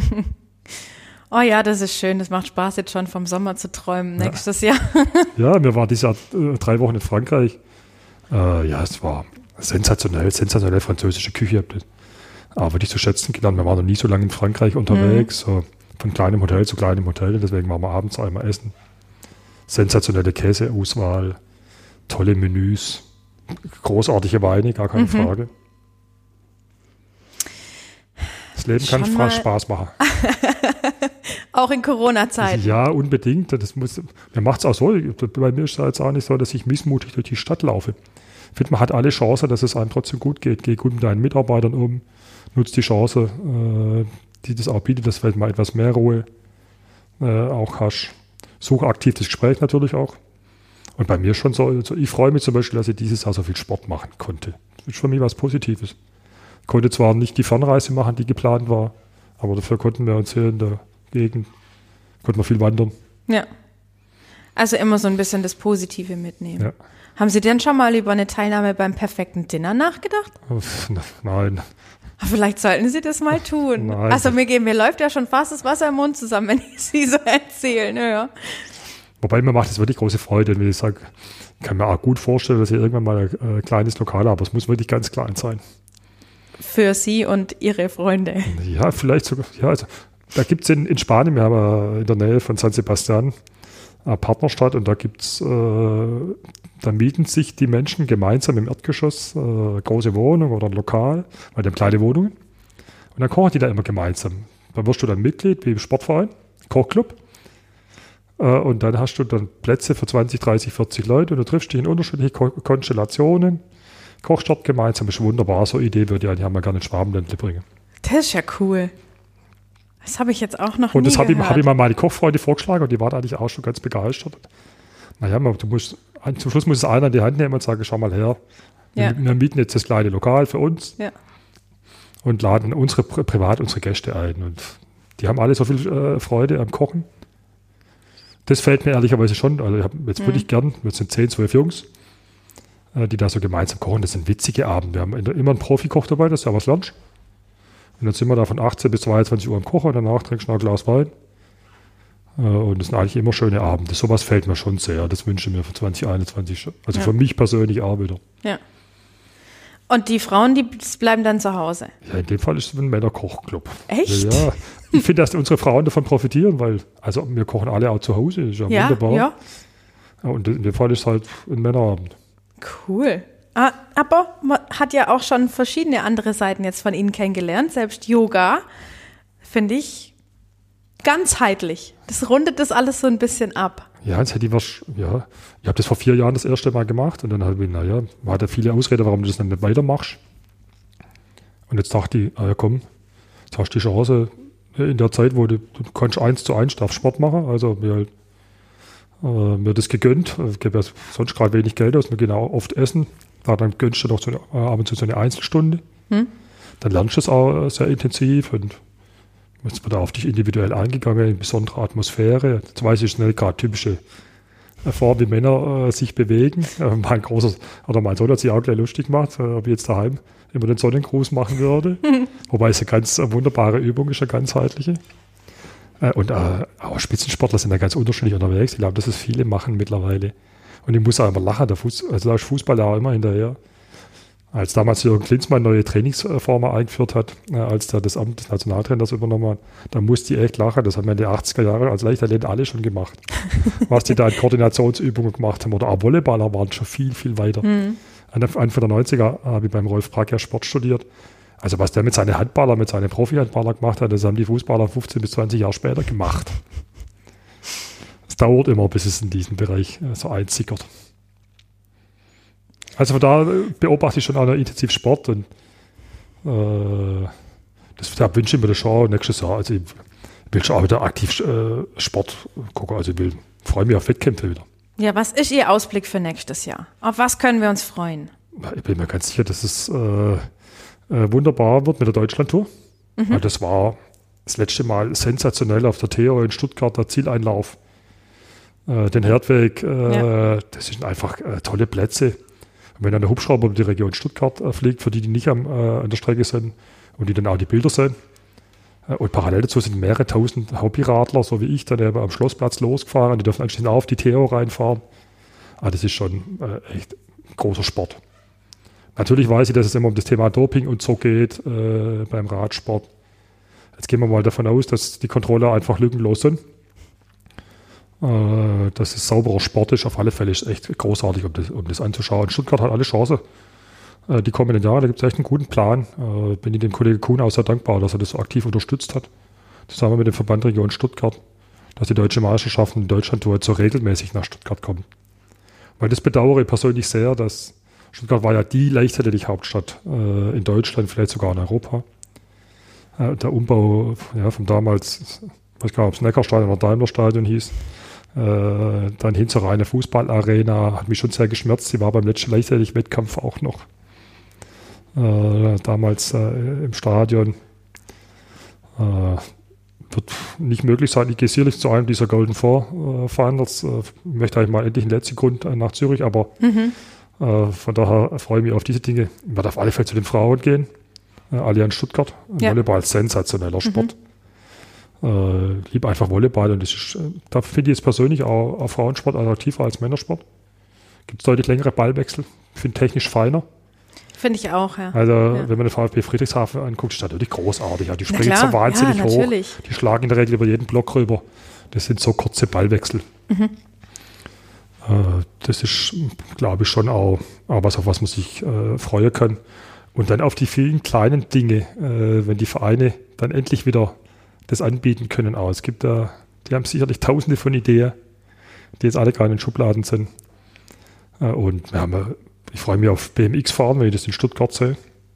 Oh ja, das ist schön. Das macht Spaß, jetzt schon vom Sommer zu träumen ja. nächstes Jahr. Ja, wir waren dieses Jahr äh, drei Wochen in Frankreich. Äh, ja, es war sensationell, sensationell französische Küche. Aber wirklich zu schätzen gelernt. Wir waren noch nie so lange in Frankreich unterwegs. Mhm. So von kleinem Hotel zu kleinem Hotel. Deswegen waren wir abends einmal essen. Sensationelle Käseauswahl, tolle Menüs, großartige Weine, gar keine mhm. Frage. Das Leben Schon kann mal. Spaß machen. Auch in Corona-Zeiten. Ja, unbedingt. Das muss, mir macht es auch so. Bei mir ist es jetzt auch nicht so, dass ich missmutig durch die Stadt laufe. Ich finde, man hat alle Chancen, dass es einem trotzdem gut geht. Geh gut mit deinen Mitarbeitern um, nutzt die Chance, äh, die das auch bietet, dass du vielleicht mal etwas mehr Ruhe äh, auch hast. Suche aktiv das Gespräch natürlich auch. Und bei mir schon so, also ich freue mich zum Beispiel, dass ich dieses Jahr so viel Sport machen konnte. ist für mich was Positives. Ich konnte zwar nicht die Fernreise machen, die geplant war, aber dafür konnten wir uns hier in der Gegend, konnten wir viel wandern. Ja. Also immer so ein bisschen das Positive mitnehmen. Ja. Haben Sie denn schon mal über eine Teilnahme beim perfekten Dinner nachgedacht? Nein. Vielleicht sollten Sie das mal tun. Nein. Also mir, mir läuft ja schon fast das Wasser im Mund zusammen, wenn ich Sie so erzähle. Ja. Wobei mir macht das wirklich große Freude, wenn ich sage, ich kann mir auch gut vorstellen, dass ich irgendwann mal ein äh, kleines Lokal habe, aber es muss wirklich ganz klein sein. Für Sie und Ihre Freunde. Ja, vielleicht sogar, ja, also da gibt es in, in Spanien, wir haben äh, in der Nähe von San Sebastian eine Partnerstadt und da gibt's, äh, da mieten sich die Menschen gemeinsam im Erdgeschoss äh, große Wohnung oder ein Lokal, weil die haben kleine Wohnungen und dann kochen die da immer gemeinsam. Da wirst du dann Mitglied wie im Sportverein, Kochclub. Und dann hast du dann Plätze für zwanzig, dreißig, vierzig Leute und du triffst dich in unterschiedliche Ko- Konstellationen, kochst dort gemeinsam, ist wunderbar, so eine Idee würde ich eigentlich mal gerne in Schwabenländle bringen. Das ist ja cool. Das habe ich jetzt auch noch und nie das habe ich, gehört. hab ich mal meine Kochfreunde vorgeschlagen und die waren eigentlich auch schon ganz begeistert. Naja, man, du musst, zum Schluss muss es einer in die Hand nehmen und sagen, schau mal her, Ja. wir, wir mieten jetzt das kleine Lokal für uns Ja. und laden unsere privat unsere Gäste ein und die haben alle so viel äh, Freude am Kochen. Das fällt mir ehrlicherweise schon, also ich habe jetzt wirklich gern, wir sind zehn, zwölf Jungs, äh, die da so gemeinsam kochen, das sind witzige Abende. Wir haben immer einen Profikoch dabei, das ist ja was Lunch. Und dann sind wir da von achtzehn bis zweiundzwanzig Uhr am Kochen und danach trinkst du noch ein Glas Wein. Äh, und das sind eigentlich immer schöne Abende. Sowas fällt mir schon sehr, das wünsche ich mir für zwanzig einundzwanzig, also Ja. für mich persönlich auch wieder. Ja. Und die Frauen, die bleiben dann zu Hause. Ja, in dem Fall ist es ein Männerkochclub. Echt? Ja, ich finde, dass unsere Frauen davon profitieren, weil, also wir kochen alle auch zu Hause, das ist ja, Ja, wunderbar. ja. Ja, und in dem Fall ist es halt ein Männerabend. Cool. Ah, aber man hat ja auch schon verschiedene andere Seiten jetzt von Ihnen kennengelernt. Selbst Yoga finde ich ganzheitlich. Das rundet das alles so ein bisschen ab. Ja, jetzt hätte ich was, ja, ich habe das vor vier Jahren das erste Mal gemacht und dann habe ich, naja, man hat ja viele Ausreden, warum du das dann nicht weitermachst. Und jetzt dachte ich, ah ja komm, jetzt hast du die Chance in der Zeit, wo du, du kannst eins zu eins darfst Sport machen, also mir halt, äh, mir das gegönnt, ich gebe ja sonst gerade wenig Geld aus, wir gehen auch oft essen, da dann gönnst du noch so eine, äh, ab und zu so eine Einzelstunde, hm? Dann lernst du es auch sehr intensiv und jetzt wird da auf dich individuell eingegangen, in besondere Atmosphäre. Jetzt weiß ich nicht gerade typische Form, wie Männer äh, sich bewegen. Äh, mein großer, oder mein Sohn hat sich auch gleich lustig gemacht, äh, ob ich jetzt daheim immer den Sonnengruß machen würde. Wobei es eine ganz äh, wunderbare Übung ist, eine ganzheitliche. Äh, und äh, auch Spitzensportler sind da ganz unterschiedlich unterwegs. Ich glaube, dass es viele machen mittlerweile. Und ich muss auch immer lachen, der Fuß, also da ist Fußballer auch immer hinterher. Als damals Jürgen Klinsmann neue Trainingsformen eingeführt hat, äh, als der das Amt des Nationaltrainers übernommen hat, da musste ich echt lachen. Das haben wir in den achtziger Jahren als Leichtathlet alle schon gemacht. Was die da in Koordinationsübungen gemacht haben. Oder auch Volleyballer waren schon viel, viel weiter. Mhm. Anfang der neunziger habe ich beim Rolf Brack ja Sport studiert. Also was der mit seinen Handballer, mit seinen Profi-Handballer gemacht hat, das haben die Fußballer fünfzehn bis zwanzig Jahre später gemacht. Es dauert immer, bis es in diesen Bereich äh, so einsickert. Also von da beobachte ich schon auch noch intensiv Sport und äh, das, da wünsche ich mir das schon nächstes Jahr. Also ich will schon auch wieder aktiv äh, Sport gucken. Also ich will, freue mich auf Wettkämpfe wieder. Ja, was ist Ihr Ausblick für nächstes Jahr? Auf was können wir uns freuen? Ich bin mir ganz sicher, dass es äh, äh, wunderbar wird mit der Deutschlandtour. Mhm. Weil das war das letzte Mal sensationell auf der Theo in Stuttgart, der Zieleinlauf. Äh, den Herdweg, äh, ja. Das sind einfach äh, tolle Plätze. Und wenn dann der Hubschrauber über die Region Stuttgart äh, fliegt, für die, die nicht am, äh, an der Strecke sind und die dann auch die Bilder sehen. Äh, und parallel dazu sind mehrere tausend Hobbyradler, so wie ich, dann eben am Schlossplatz losgefahren. Die dürfen anschließend auch auf die Theo reinfahren. Ah, das ist schon äh, echt großer Sport. Natürlich weiß ich, dass es immer um das Thema Doping und so geht äh, beim Radsport. Jetzt gehen wir mal davon aus, dass die Controller einfach lückenlos sind. Äh, dass es sauberer Sport ist. Auf alle Fälle ist es echt großartig, um das, um das anzuschauen. Stuttgart hat alle Chancen. Äh, die kommenden Jahre, da gibt es echt einen guten Plan. Äh, bin ich dem Kollegen Kuhn auch sehr dankbar, dass er das so aktiv unterstützt hat. Zusammen mit dem Verband Region Stuttgart, dass die deutsche Meisterschaften in Deutschland so regelmäßig nach Stuttgart kommen. Weil das bedauere ich persönlich sehr, dass Stuttgart war ja die Leichtathletik-Hauptstadt äh, in Deutschland, vielleicht sogar in Europa. Äh, der Umbau ja, von damals, ich weiß gar nicht, ob es Neckarstadion oder Daimlerstadion hieß, Äh, dann hin zur reinen Fußballarena, hat mich schon sehr geschmerzt. Sie war beim letzten Leichtathletik-Wettkampf auch noch. äh, damals äh, im Stadion. Äh, wird nicht möglich sein. Ich gehe sicherlich zu einem dieser Golden Four äh, Finals. Äh, möchte eigentlich mal endlich einen letzten Grund äh, nach Zürich, aber mhm. äh, von daher freue ich mich auf diese Dinge. Ich werde auf alle Fälle zu den Frauen gehen. Äh, Allianz Stuttgart. Ja. Volleyball, sensationeller Sport. Mhm. Äh, liebe einfach Volleyball und das ist, äh, da finde ich es persönlich auch, auch Frauensport attraktiver als Männersport. Gibt es deutlich längere Ballwechsel. Ich finde technisch feiner. Finde ich auch, ja. Also, ja. wenn man den VfB Friedrichshafen anguckt, ist das natürlich großartig. Ja, die springen so wahnsinnig ja, hoch. Die schlagen in der Regel über jeden Block rüber. Das sind so kurze Ballwechsel. Mhm. Äh, das ist, glaube ich, schon auch, auch was, auf was man sich äh, freuen kann. Und dann auf die vielen kleinen Dinge, äh, wenn die Vereine dann endlich wieder das anbieten können. Auch. Es gibt da, die haben sicherlich tausende von Ideen, die jetzt alle gerade in den Schubladen sind. Äh, und wir haben Ich freue mich auf B M X fahren, wenn ich das in Stuttgart sehe.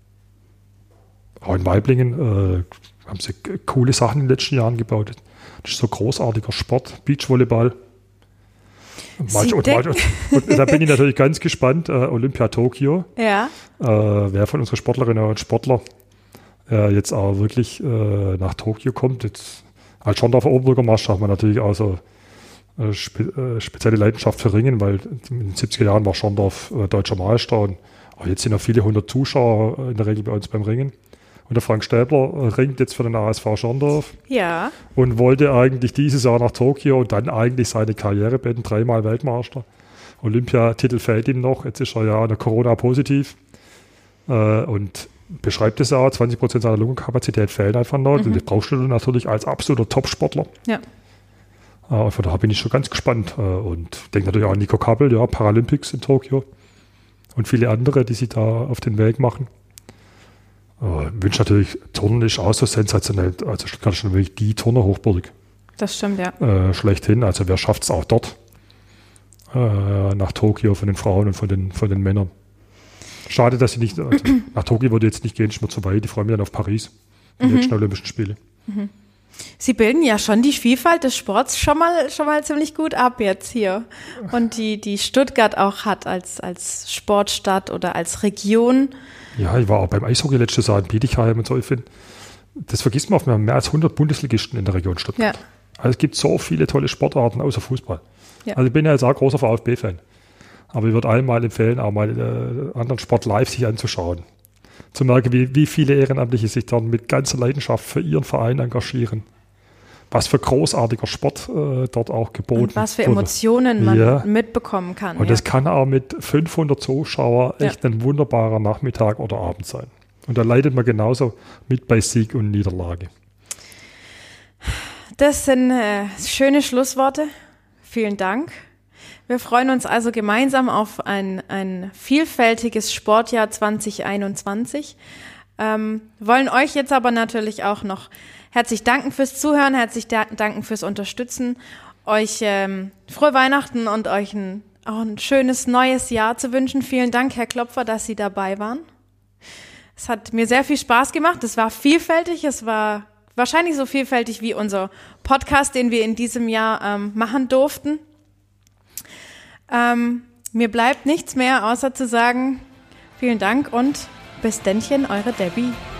Auch in Waiblingen äh, haben sie coole Sachen in den letzten Jahren gebaut. Das ist so großartiger Sport, Beachvolleyball. Und, und, und, und, und da bin ich natürlich ganz gespannt, äh, Olympia Tokio. Ja. Äh, wer von unseren Sportlerinnen und Sportler äh, jetzt auch wirklich äh, nach Tokio kommt. Jetzt, als Schorndorfer Oberbürgermeister hat man natürlich auch so Spe- äh, spezielle Leidenschaft für Ringen, weil in den siebziger Jahren war Schorndorf äh, deutscher Meister und auch jetzt sind ja viele hundert Zuschauer äh, in der Regel bei uns beim Ringen. Und der Frank Stäbler äh, ringt jetzt für den A S V Schorndorf ja. und wollte eigentlich dieses Jahr nach Tokio und dann eigentlich seine Karriere beenden, dreimal Weltmeister. Olympiatitel fehlt ihm noch, jetzt ist er ja an Corona positiv äh, und beschreibt es auch, zwanzig Prozent seiner Lungenkapazität fehlen einfach noch. Mhm. Und das brauchst du natürlich als absoluter Topsportler. Ja. Uh, von daher bin ich schon ganz gespannt. Uh, und denke natürlich auch an Nico Kappel, ja, Paralympics in Tokio. Und viele andere, die sich da auf den Weg machen. Uh, wünsche natürlich, Turnen ist auch so sensationell. Also Stuttgart ist schon wirklich die Turner-Hochburg. Das stimmt, ja. Uh, schlechthin. Also wer schafft es auch dort? Uh, nach Tokio von den Frauen und von den, von den Männern. Schade, dass sie nicht, also nach Tokio würde jetzt nicht gehen, ist mir zu weit. Die freuen mich dann auf Paris, die mhm. nächsten Olympischen Spiele. Mhm. Sie bilden ja schon die Vielfalt des Sports schon mal, schon mal ziemlich gut ab jetzt hier. Und die, die Stuttgart auch hat als, als Sportstadt oder als Region. Ja, ich war auch beim Eishockey letztes Jahr in Bietigheim und so. Ich finde, das vergisst man oft, wir haben mehr als hundert Bundesligisten in der Region Stuttgart. Ja. Also es gibt so viele tolle Sportarten außer Fußball. Ja. Also ich bin ja jetzt auch großer VfB-Fan. Aber ich würde allen mal empfehlen, auch mal äh, anderen Sport live sich anzuschauen. Zu merken, wie, wie viele Ehrenamtliche sich dann mit ganzer Leidenschaft für ihren Verein engagieren. Was für großartiger Sport äh, dort auch geboten wird. Und was für Emotionen man ja. mitbekommen kann. Und ja. das kann auch mit fünfhundert Zuschauern echt ja. ein wunderbarer Nachmittag oder Abend sein. Und da leidet man genauso mit bei Sieg und Niederlage. Das sind äh, schöne Schlussworte. Vielen Dank. Wir freuen uns also gemeinsam auf ein, ein vielfältiges Sportjahr zwanzig einundzwanzig. Ähm, wollen euch jetzt aber natürlich auch noch herzlich danken fürs Zuhören, herzlich da- danken fürs Unterstützen, euch ähm, frohe Weihnachten und euch ein, auch ein schönes neues Jahr zu wünschen. Vielen Dank, Herr Klopfer, dass Sie dabei waren. Es hat mir sehr viel Spaß gemacht. Es war vielfältig, es war wahrscheinlich so vielfältig wie unser Podcast, den wir in diesem Jahr ähm, machen durften. Ähm, mir bleibt nichts mehr, außer zu sagen, vielen Dank und bis dennchen, eure Debbie.